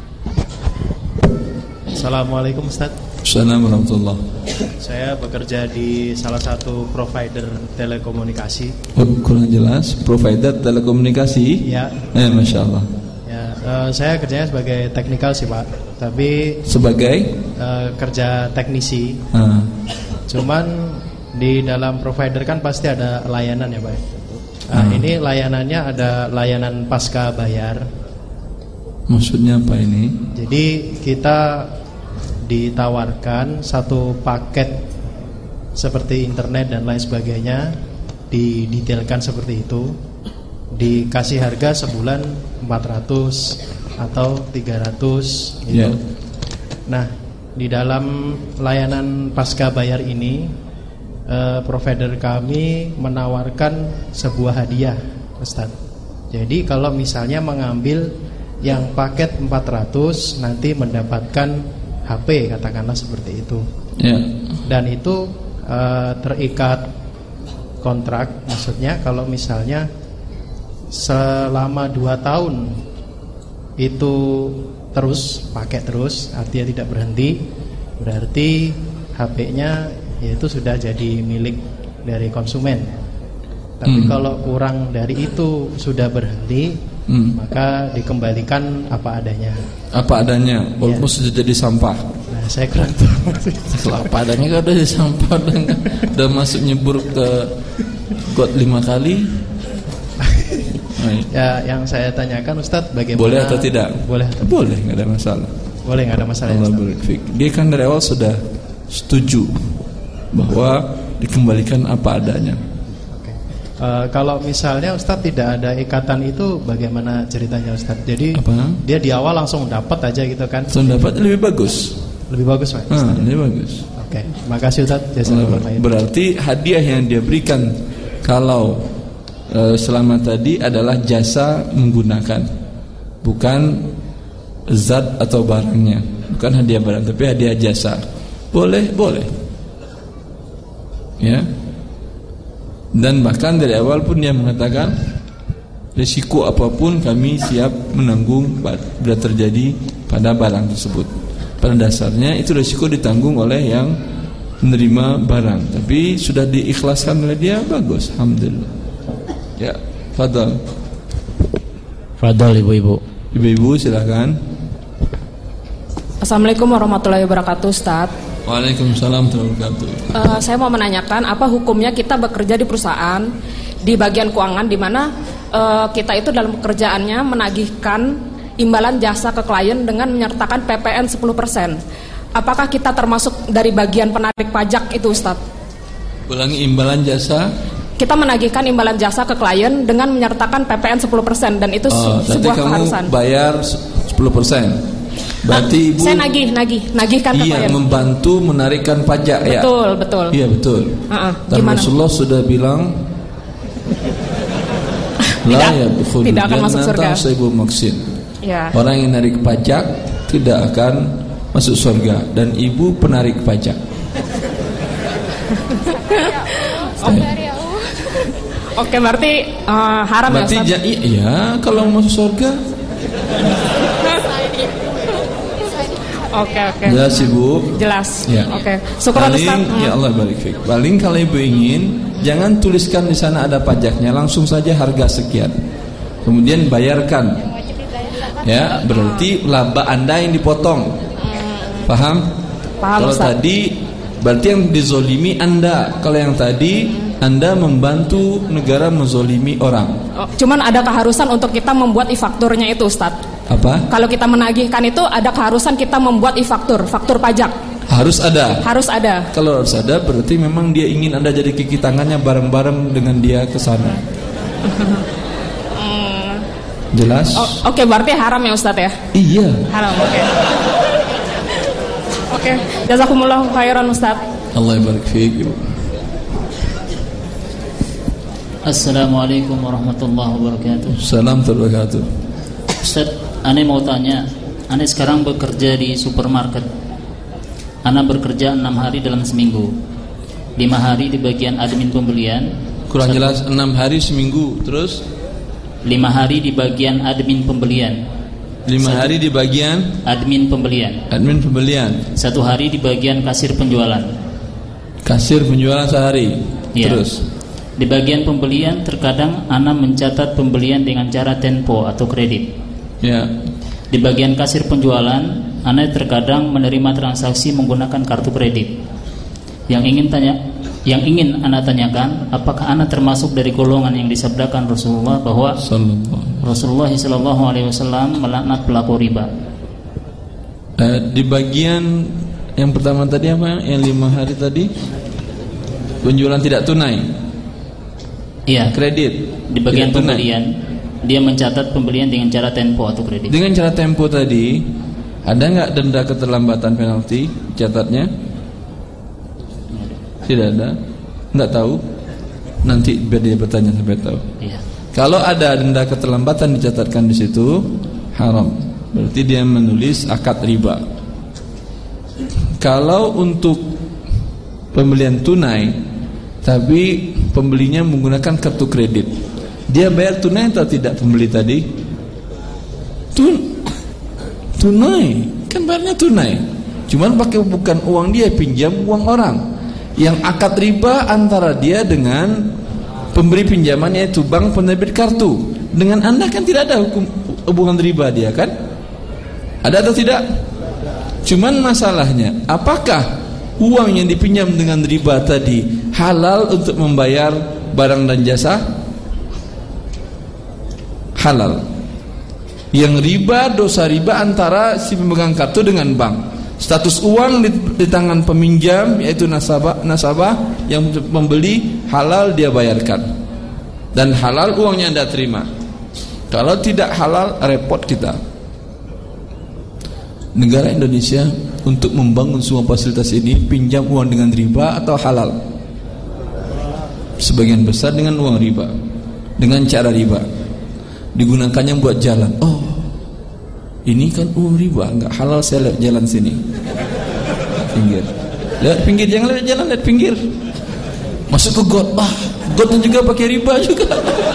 Assalamualaikum Ustaz. Assalamualaikum warahmatullahi. Saya bekerja di salah satu provider telekomunikasi. Kurang jelas, provider telekomunikasi? Ya. Masya Allah. Ya, saya kerjanya sebagai teknikal sih Pak. Tapi sebagai kerja teknisi. Cuman di dalam provider kan pasti ada layanan ya Pak. Ini layanannya ada layanan pasca bayar. Maksudnya apa ini? Jadi kita ditawarkan satu paket seperti internet dan lain sebagainya, didetailkan seperti itu, dikasih harga sebulan 400 atau 300 gitu. Nah, di dalam layanan pasca bayar ini provider kami menawarkan sebuah hadiah, Ustaz. Jadi kalau misalnya mengambil yang paket 400 nanti mendapatkan HP, katakanlah seperti itu. Dan itu terikat kontrak, maksudnya kalau misalnya selama 2 tahun itu terus pakai terus, artinya tidak berhenti, berarti HP-nya yaitu sudah jadi milik dari konsumen. Tapi kalau kurang dari itu sudah berhenti, maka dikembalikan apa adanya. Apa adanya, walaupun sudah jadi sampah. Nah, saya kurang tahu. Kalau apa adanya kalau udah jadi sampah, udah masuk nyebur ke got 5 kali. Ya, yang saya tanyakan Ustadz, bagaimana? Boleh atau tidak? Boleh. Boleh, nggak ada masalah. Boleh, nggak ada masalah. Allah berfik. Dia kan dari awal sudah setuju bahwa dikembalikan apa adanya. Kalau misalnya Ustadz tidak ada ikatan itu, bagaimana ceritanya Ustadz? Jadi dia di awal langsung dapat aja gitu kan? Langsung dapat, lebih bagus. Lebih bagus Pak? Lebih bagus. Oke, makasih Ustadz. Berarti hadiah yang dia berikan kalau selama tadi adalah jasa menggunakan, bukan zat atau barangnya, bukan hadiah barang, tapi hadiah jasa. Boleh. Ya. Dan bahkan dari awal pun dia mengatakan risiko apapun kami siap menanggung bila terjadi pada barang tersebut. Pada dasarnya itu risiko ditanggung oleh yang menerima barang, tapi sudah diikhlaskan oleh dia, bagus, alhamdulillah. Ya, fadal. Fadal ibu-ibu. Ibu-ibu silakan. Assalamualaikum warahmatullahi wabarakatuh, Ustaz. Waalaikumsalam warahmatullahi wabarakatuh. Saya mau menanyakan apa hukumnya kita bekerja di perusahaan di bagian keuangan di mana kita itu dalam pekerjaannya menagihkan imbalan jasa ke klien dengan menyertakan PPN 10%. Apakah kita termasuk dari bagian penarik pajak itu, Ustaz? Ulangi, imbalan jasa? Kita menagihkan imbalan jasa ke klien dengan menyertakan PPN 10% dan itu sebuah keharusan. Kamu bayar 10%. Berarti ibu saya nagihkan ke klien. Iya, membantu menarikkan pajak. Betul. Iya, betul. Dan Rasulullah sudah bilang tidak akan masuk surga. Ya. Orang yang narik pajak tidak akan masuk surga, dan ibu penarik pajak. Oke, berarti haram berarti ya, Ustaz? Iya, kalau masuk surga. Oke. Jelas ibu? Jelas. Ya. Oke. Syukur Ustaz. Ya Allah barik fiik. Paling kalau ibu ingin, jangan tuliskan di sana ada pajaknya, langsung saja harga sekian. Kemudian bayarkan. Ya, berarti laba Anda yang dipotong. Paham? Paham, Kalau Ustaz. tadi berarti yang dizolimi Anda. Kalau yang tadi Anda membantu negara menzolimi orang. Cuman ada keharusan untuk kita membuat e-fakturnya itu, Ustadz. Apa? Kalau kita menagihkan itu ada keharusan kita membuat e-faktur, faktur pajak. Harus ada. Harus ada. Kalau harus ada berarti memang dia ingin Anda jadi kaki tangannya bareng-bareng dengan dia ke sana. Jelas? Oke, berarti haram ya Ustadz ya? Iya. Haram, oke. Oke, jazakumullah khairan Ustadz. Allah barik fiik. Assalamualaikum warahmatullahi wabarakatuh. Salam wabarakatuh. Ustaz, Ane mau tanya, Ane sekarang bekerja di supermarket. Ana bekerja 6 hari dalam seminggu. 5 hari di bagian admin pembelian. Kurang jelas, 6 hari seminggu. Terus 5 hari di bagian admin pembelian. 5 hari di bagian admin pembelian. Admin pembelian. 1 hari di bagian kasir penjualan. Kasir penjualan sehari. Ya. Terus di bagian pembelian terkadang Ana mencatat pembelian dengan cara tempo atau kredit. Ya. Di bagian kasir penjualan, Ana terkadang menerima transaksi menggunakan kartu kredit. Yang ingin Ana tanyakan, apakah Ana termasuk dari golongan yang disabdakan Rasulullah bahwa Rasulullah SAW melaknat pelaku riba? Di bagian yang pertama tadi apa? Yang 5 hari tadi penjualan tidak tunai. Iya, kredit. Di bagian pembelian, dia mencatat pembelian dengan cara tempo atau kredit. Dengan cara tempo tadi, ada nggak denda keterlambatan penalti catatnya? Tidak ada. Nggak tahu. Nanti biar dia bertanya sampai tahu. Iya. Kalau ada denda keterlambatan dicatatkan di situ, haram. Berarti dia menulis akad riba. Kalau untuk pembelian tunai tapi pembelinya menggunakan kartu kredit, dia bayar tunai atau tidak pembeli tadi? Tunai, kan bayarnya tunai. Cuman pakai bukan uang dia, pinjam uang orang. Yang akad riba antara dia dengan pemberi pinjaman, yaitu bank penerbit kartu. Dengan Anda kan tidak ada hubungan riba dia kan? Ada atau tidak? Cuman masalahnya, apakah uang yang dipinjam dengan riba tadi halal untuk membayar barang dan jasa? Halal. Yang riba, dosa riba antara si pemegang kartu dengan bank. Status uang di tangan peminjam, yaitu nasabah yang membeli, halal dia bayarkan. Dan halal uangnya Anda terima. Kalau tidak halal, repot kita. Negara Indonesia untuk membangun semua fasilitas ini, pinjam uang dengan riba atau halal? Sebagian besar dengan uang riba, dengan cara riba. Digunakannya buat jalan. Oh, ini kan uang riba, enggak halal, saya lihat jalan sini. Pinggir. Lihat pinggir, jangan lihat jalan, lihat pinggir. Masuk ke got. Gotnya juga pakai riba juga.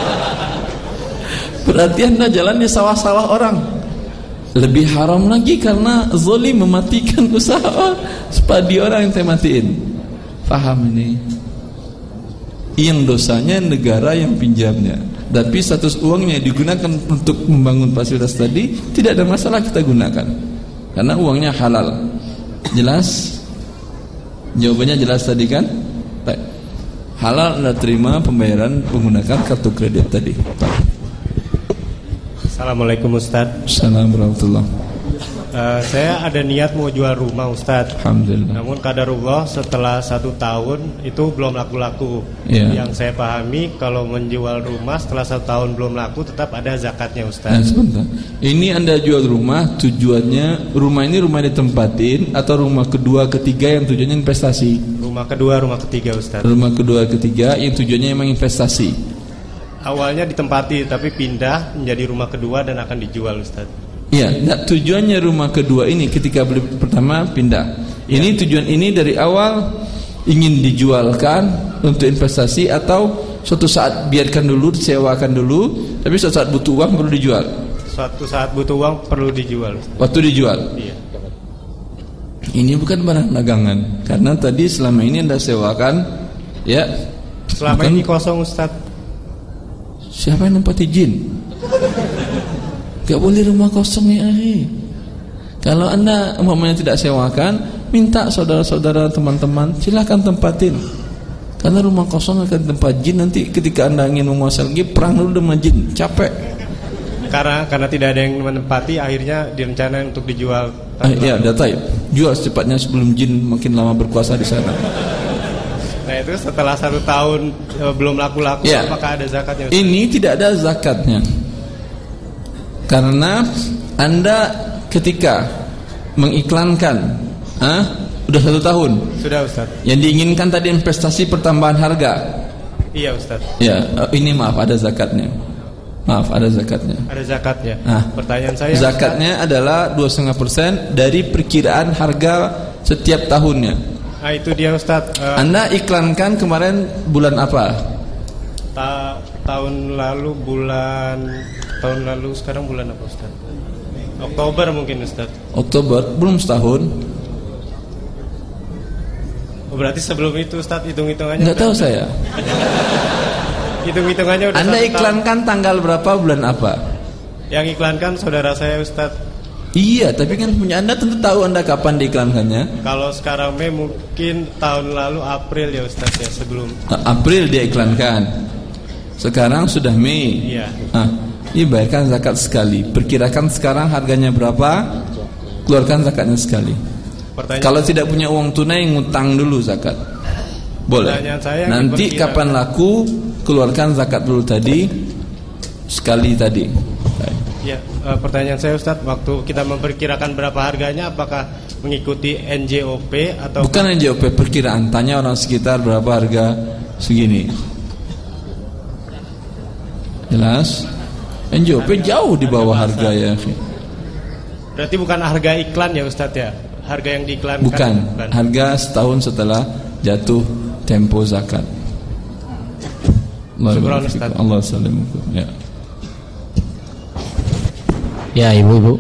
Berarti Anda jalan di sawah-sawah orang. Lebih haram lagi karena zalim, mematikan usaha padi orang yang saya matiin. Paham ini? Yang dosanya negara yang pinjamnya, tapi status uangnya digunakan untuk membangun fasilitas tadi, tidak ada masalah kita gunakan karena uangnya halal. Jelas? Jawabannya jelas tadi kan? Baik. Halal Anda terima pembayaran menggunakan kartu kredit tadi. Baik. Assalamualaikum Ustaz. Assalamualaikum warahmatullahi. Saya ada niat mau jual rumah Ustaz. Alhamdulillah. Namun qadarullah setelah 1 tahun itu belum laku-laku. Yang saya pahami kalau menjual rumah setelah 1 tahun belum laku tetap ada zakatnya Ustaz. Nah, sebentar. Ini Anda jual rumah, tujuannya rumah ini rumah ditempatin atau rumah kedua ketiga yang tujuannya investasi? Rumah kedua, rumah ketiga Ustaz. Rumah kedua ketiga yang tujuannya memang investasi. Awalnya ditempati tapi pindah menjadi rumah kedua dan akan dijual Ustaz. Iya, tujuannya rumah kedua ini ketika beli pertama pindah. Ini tujuan ini dari awal ingin dijualkan untuk investasi atau suatu saat biarkan dulu, disewakan dulu, tapi suatu saat butuh uang perlu dijual. Suatu saat butuh uang perlu dijual. Waktu dijual. Iya. Ini bukan barang dagangan karena tadi selama ini Anda sewakan, ya. Selama ini kosong Ustaz. Siapa yang nempati jin? Gak boleh rumah kosong ya. Kalau Anda umpamanya tidak sewakan, minta saudara-saudara teman-teman, silakan tempatin. Karena rumah kosong akan tempat jin, nanti ketika Anda ingin menguasai lagi, perang dulu dengan jin, capek. Karena tidak ada yang menempati, akhirnya direncanakan untuk dijual. Ya, data ya. Jual secepatnya sebelum jin makin lama berkuasa di sana. Nah itu setelah 1 tahun belum laku-laku, ya. Apakah ada zakatnya? Ini tidak ada zakatnya. Karena Anda ketika mengiklankan, udah 1 tahun. Sudah, Ustaz. Yang diinginkan tadi investasi pertambahan harga. Iya, Ustaz. Ya, ini maaf ada zakatnya. Maaf, ada zakatnya. Ada zakatnya. Pertanyaan saya, zakatnya Ustaz, adalah 2,5% dari perkiraan harga setiap tahunnya. Nah, itu dia, Ustaz. Anda iklankan kemarin bulan apa? Tahun lalu, sekarang bulan apa, Ustaz? Oktober mungkin, Ustaz. Oktober, belum setahun. Oh, berarti sebelum itu, Ustaz, hitung-hitungannya. Enggak tahu saya. Hitung-hitungannya udah. Anda iklankan tanggal berapa, bulan apa? Yang iklankan saudara saya, Ustaz. Iya, tapi kan punya Anda tentu tahu Anda kapan diiklankannya. Kalau sekarang Mei, mungkin tahun lalu April ya, Ustaz, ya, sebelum. April dia iklankan. Sekarang sudah Mei. Iya. Ini bayarkan zakat sekali. Perkirakan sekarang harganya berapa, keluarkan zakatnya sekali. Kalau tidak punya uang tunai, ngutang dulu zakat. Boleh. Nanti kapan laku, keluarkan zakat dulu tadi, sekali tadi. Ya, pertanyaan saya, Ustaz, waktu kita memperkirakan berapa harganya, apakah mengikuti NJOP atau? Bukan NJOP, perkiraan. Tanya orang sekitar berapa harga segini. Jelas? NJOP jauh di bawah harga ya. Berarti bukan harga iklan ya, Ustaz, ya? Harga yang diiklankan. Bukan. Harga setahun setelah jatuh tempo zakat. Syukran, Ustaz. Allah salam. Ya. Ya, ibu-ibu.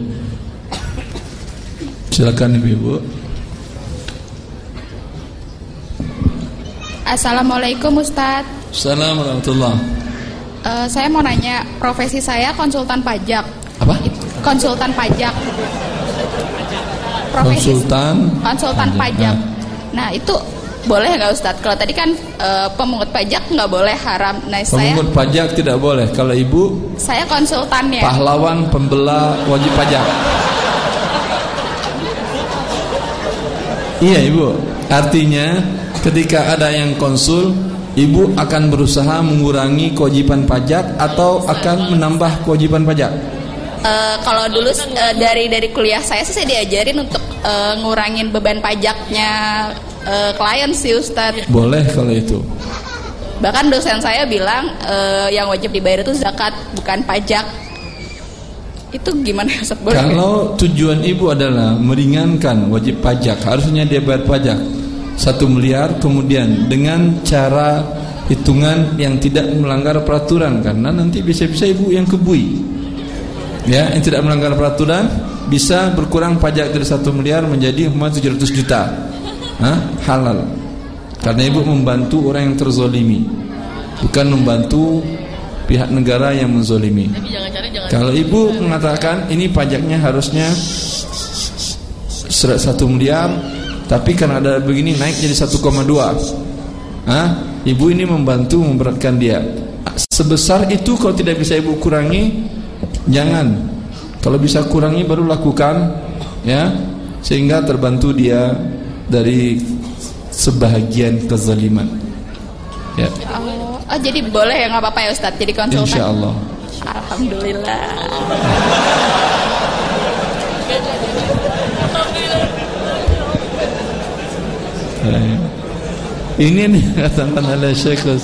Silakan ibu-ibu. Assalamualaikum, Ustaz. Assalamualaikum warahmatullahi. Saya mau nanya, profesi saya konsultan pajak. Apa? Konsultan pajak. Profesi konsultan pajak. Nah, itu boleh nggak, Ustadz? Kalau tadi kan pemungut pajak nggak boleh, haram. Nah, pemungut pajak tidak boleh. Kalau ibu? Saya konsultannya. Pahlawan pembela wajib pajak. Iya, ibu. Artinya ketika ada yang konsul, ibu akan berusaha mengurangi kewajiban pajak atau akan menambah kewajiban pajak? Kalau dulu dari kuliah saya sih diajarin untuk ngurangin beban pajaknya klien sih, Ustadz. Boleh kalau itu. Bahkan dosen saya bilang yang wajib dibayar itu zakat, bukan pajak. Itu gimana, Ustadz? Boleh? Kalau tujuan ibu adalah meringankan wajib pajak, harusnya dia bayar pajak 1 miliar, kemudian dengan cara hitungan yang tidak melanggar peraturan, karena nanti bisa-bisa ibu yang kebui. Ya, yang tidak melanggar peraturan bisa berkurang pajak dari 1 miliar menjadi 700 juta. Halal. Karena ibu membantu orang yang terzolimi, bukan membantu pihak negara yang menzolimi. Kalau ibu mengatakan ini pajaknya harusnya 1 miliar, tapi karena ada begini naik jadi 1,2. Ibu ini membantu memberatkan dia. Sebesar itu kalau tidak bisa ibu kurangi, jangan. Kalau bisa kurangi baru lakukan, ya, sehingga terbantu dia dari sebahagian kezaliman. Ya. Oh, jadi boleh ya, nggak apa-apa ya, Ustadz, jadi konsultan? Insya Allah. Alhamdulillah. Ini yang dikatakan oleh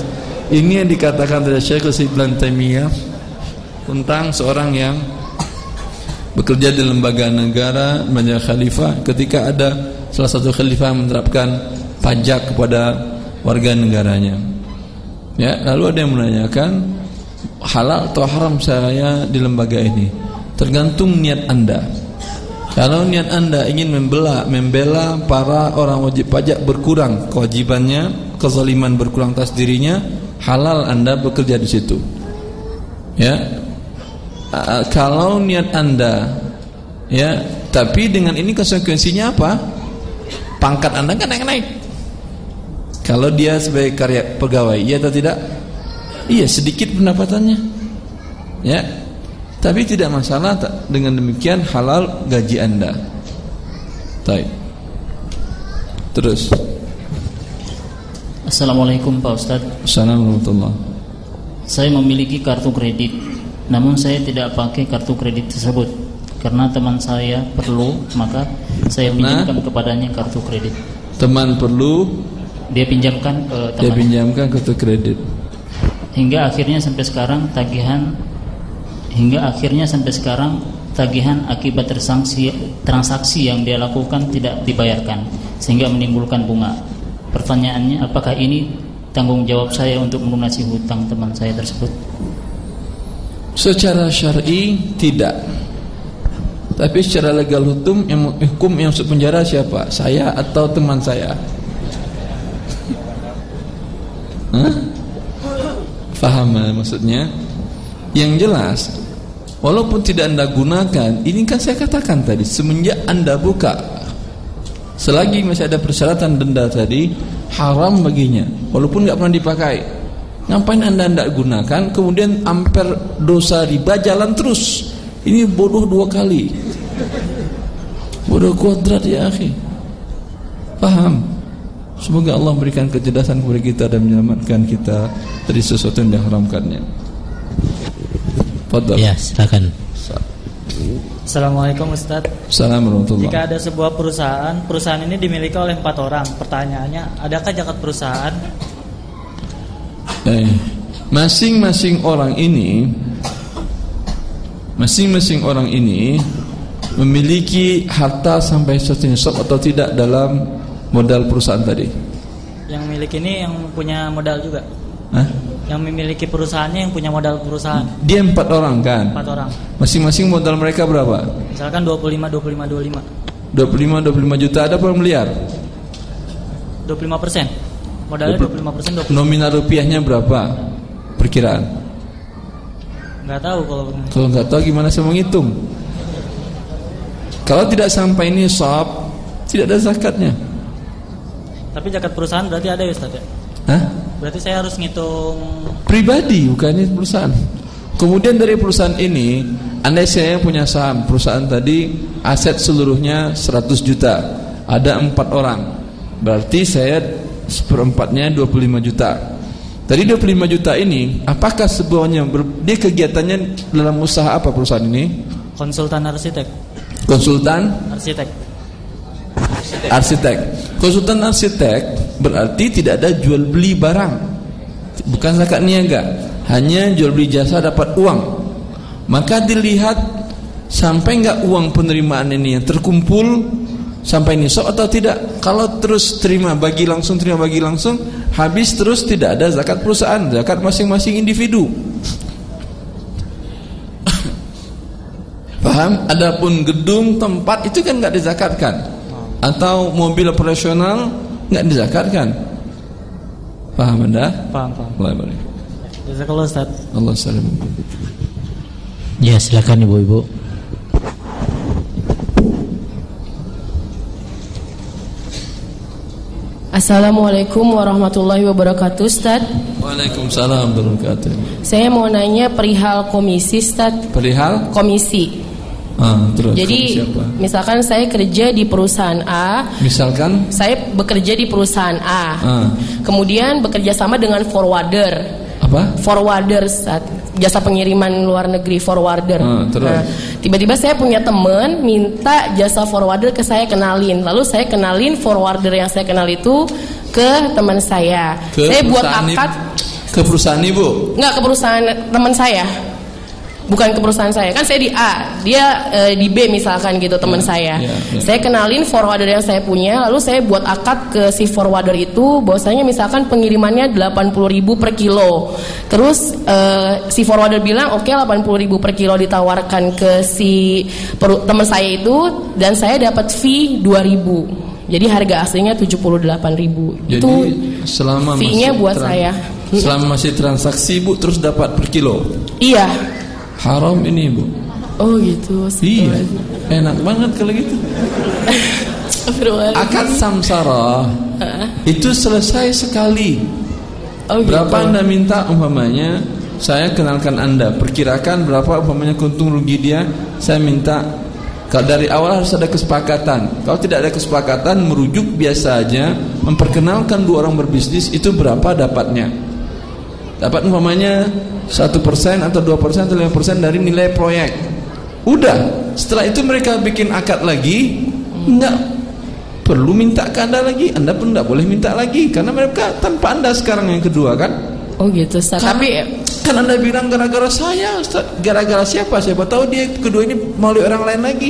Syekh Ibn Taimiyah tentang seorang yang bekerja di lembaga negara, menjadi khalifah, ketika ada salah satu khalifah menerapkan pajak kepada warga negaranya. Ya, lalu ada yang menanyakan, halal atau haram saya di lembaga ini? Tergantung niat Anda. Kalau niat Anda ingin membela para orang wajib pajak berkurang kewajibannya, kezaliman berkurang atas dirinya, halal Anda bekerja di situ. Ya. Kalau niat Anda, ya, tapi dengan ini konsekuensinya apa? Pangkat Anda kan naik-naik. Kalau dia sebagai karya pegawai, iya atau tidak? Iya, sedikit pendapatannya. Ya. Tapi tidak masalah, dengan demikian halal gaji Anda. Baik. Terus. Assalamualaikum Pak Ustadz. Assalamualaikum. Saya memiliki kartu kredit, namun saya tidak pakai kartu kredit tersebut karena teman saya perlu, maka saya pinjamkan kepadanya kartu kredit. Teman perlu, dia pinjamkan ke teman. Dia pinjamkan kartu kredit. Hingga akhirnya sampai sekarang tagihan akibat transaksi yang dia lakukan tidak dibayarkan sehingga menimbulkan bunga. Pertanyaannya, apakah ini tanggung jawab saya untuk melunasi hutang teman saya tersebut? Secara syar'i tidak. Tapi secara legal hukum yang masuk penjara siapa? Saya atau teman saya? Faham maksudnya? Yang jelas, walaupun tidak Anda gunakan, ini kan saya katakan tadi, semenjak Anda buka, selagi masih ada persyaratan denda tadi, haram baginya, walaupun nggak pernah dipakai. Ngapain Anda tidak gunakan, kemudian amper dosa riba jalan terus? Ini bodoh 2 kali, bodoh kuadrat ya akhi. Paham? Semoga Allah berikan kecerdasan kepada kita dan menyelamatkan kita dari sesuatu yang diharamkannya. Fadhal. Ya, silakan. Assalamualaikum Ustaz. Assalamualaikum. Jika ada sebuah perusahaan ini dimiliki oleh 4 orang. Pertanyaannya, adakah zakat perusahaan? Masing-masing orang ini memiliki harta sampai satu nisab atau tidak dalam modal perusahaan tadi. Yang milik ini yang punya modal juga. Yang memiliki perusahaannya yang punya modal perusahaan. Dia 4 orang kan? 4 orang. Masing-masing modal mereka berapa? Misalkan 25 juta, ada per miliar? 25%. Modalnya 25%. Nominal rupiahnya berapa? Perkiraan? Enggak tahu kalau enggak tahu gimana saya menghitung? Kalau tidak sampai nisab, tidak ada zakatnya. Tapi zakat perusahaan berarti ada ya Ustaz ya? Berarti saya harus ngitung pribadi, bukannya perusahaan. Kemudian dari perusahaan ini, andai saya punya saham perusahaan tadi, aset seluruhnya 100 juta, ada 4 orang, berarti saya seperempatnya 25 juta. Dari 25 juta ini, apakah sebuahnya dia kegiatannya dalam usaha apa perusahaan ini? konsultan arsitek. Konsultan arsitek. Konsultan arsitek berarti tidak ada jual beli barang, bukan zakat niaga, hanya jual beli jasa dapat uang. Maka dilihat sampai enggak uang penerimaan ini yang terkumpul sampai nisab atau tidak. Kalau terus terima bagi langsung, habis terus, tidak ada zakat perusahaan, zakat masing-masing individu. Paham? Adapun gedung, tempat itu kan enggak dizakatkan, atau mobil operasional enggak dizakatkan. Paham Anda? Paham. Boleh. Jazakallah Ustaz. Allah salam. Ya, silakan ibu-ibu. Assalamualaikum warahmatullahi wabarakatuh, Ustaz. Waalaikumsalam warahmatullahi wabarakatuh. Saya mau nanya perihal komisi, Ustaz. Perihal? Komisi. Terus. Jadi misalkan saya kerja di perusahaan A. Misalkan? Saya bekerja di perusahaan A. Kemudian bekerja sama dengan forwarder. Apa? Forwarder, Ustaz. Jasa pengiriman luar negeri, forwarder. Nah, tiba-tiba saya punya teman minta jasa forwarder ke saya kenalin. Lalu saya kenalin forwarder yang saya kenal itu ke teman saya. Saya buat akad ke perusahaan ibu? Enggak, ke perusahaan teman saya. Bukan ke perusahaan saya. Kan saya di A, dia di B misalkan gitu, teman saya. Saya kenalin forwarder yang saya punya, lalu saya buat akad ke si forwarder itu bahwasanya misalkan pengirimannya 80.000 per kilo. Terus si forwarder bilang oke, 80.000 per kilo ditawarkan ke si teman saya itu, dan saya dapat fee 2.000. Jadi harga aslinya 78.000. Itu selama fee-nya buat saya. Selama masih transaksi Bu terus dapat per kilo. Iya. Haram ini Bu. Oh gitu. Iya. Enak banget kalau gitu. Akad samsara itu selesai sekali. Berapa Anda minta umpamanya, saya kenalkan Anda, perkirakan berapa umpamanya keuntungan rugi dia, saya minta. Kalau dari awal harus ada kesepakatan. Kalau tidak ada kesepakatan, merujuk biasa aja, memperkenalkan dua orang berbisnis, itu berapa dapatnya. Dapat umpamanya 1% atau 2% atau 5% dari nilai proyek. Udah, setelah itu mereka bikin akad lagi, enggak perlu minta ke Anda lagi, Anda pun enggak boleh minta lagi, karena mereka tanpa Anda sekarang yang kedua kan. Oh gitu Ustaz. Tapi kan Anda bilang gara-gara saya, Ustaz. Gara-gara siapa? Siapa tahu dia kedua ini melalui orang lain lagi.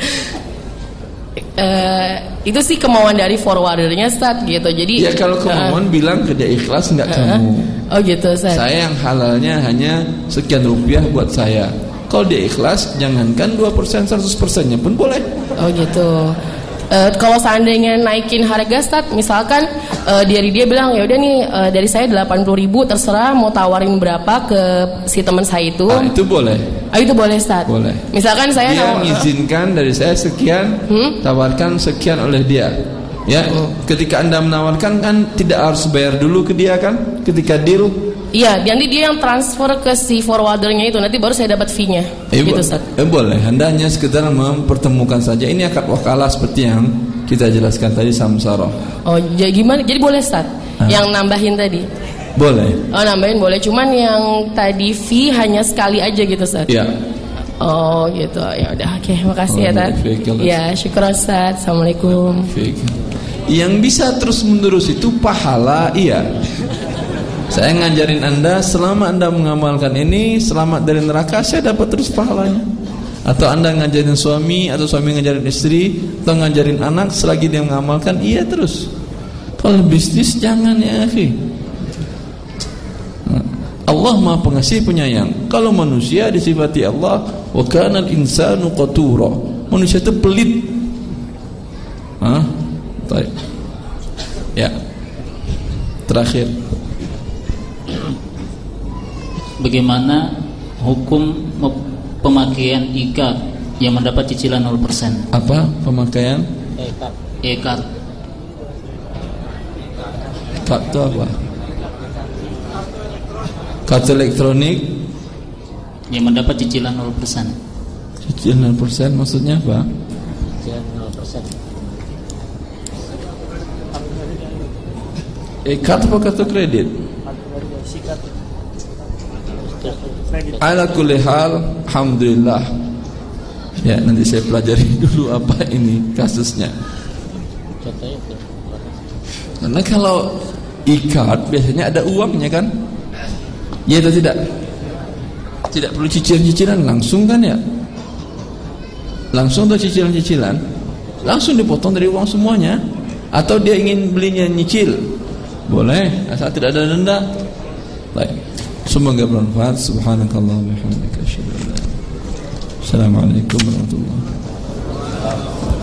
Itu sih kemauan dari forwardernya Ustaz gitu. Jadi ya kalau kemauan bilang kerja ikhlas enggak kamu. Oh gitu Ustaz. Saya yang halalnya hanya sekian rupiah buat saya. Kalau dia ikhlas, jangankan 2%, 100%-nya pun boleh. Oh gitu. Kalau seandainya naikin harga Ustaz, misalkan dari dia bilang ya udah nih dari saya 80.000, terserah mau tawarin berapa ke si teman saya itu. Itu boleh. Itu boleh Ustaz. Boleh. Misalkan saya dia mengizinkan dari saya sekian, tawarkan sekian oleh dia. Ya, ketika Anda menawarkan kan tidak harus bayar dulu ke dia kan, ketika deal. Iya, nanti dia yang transfer ke si forwardernya itu, nanti baru saya dapat fee-nya. Gitu Ustaz. Boleh, Anda hanya sekedar mempertemukan saja. Ini akad wakalah seperti yang kita jelaskan tadi samsara. Oh, jadi gimana? Jadi boleh Ustaz? Yang nambahin tadi? Boleh. Oh, nambahin boleh, cuman yang tadi fee hanya sekali aja gitu Ustaz. Iya. Oh, gitu. Ya udah, oke, makasih ya Ustaz. Ya, syukur Ustaz. Assalamualaikum. Yang bisa terus-menerus itu pahala, iya. Saya ngajarin Anda, selama Anda mengamalkan ini, selamat dari neraka, saya dapat terus pahalanya. Atau Anda ngajarin suami, atau suami ngajarin istri, atau ngajarin anak, selagi dia mengamalkan, iya terus. Kalau bisnis jangan ya akhi. Allah Maha Pengasih Penyayang. Kalau manusia disifati Allah, wa kanal insanu qatura. Manusia itu pelit. Baik. Ya. Terakhir. Bagaimana hukum pemakaian e-card yang mendapat cicilan 0%? Apa pemakaian? E-card. Card itu apa? Kartu elektronik yang mendapat cicilan 0%. Cicilan 0% maksudnya apa? Cicilan 0%. E-card apa kartu kredit? Ala kulli hal, alhamdulillah. Ya, nanti saya pelajari dulu apa ini kasusnya. Karena kalau e-card biasanya ada uangnya kan? Ya atau tidak? Tidak perlu cicilan-cicilan, langsung kan ya? Langsung atau cicilan-cicilan? Langsung dipotong dari uang semuanya. Atau dia ingin belinya nyicil? Boleh, asal tidak ada denda. Baik. Semoga bermanfaat. Subhanakallah wa bihamdika asyhadu an la ilaha illa anta astaghfiruka wa atubu ilaik. Assalamualaikum warahmatullahi wabarakatuh.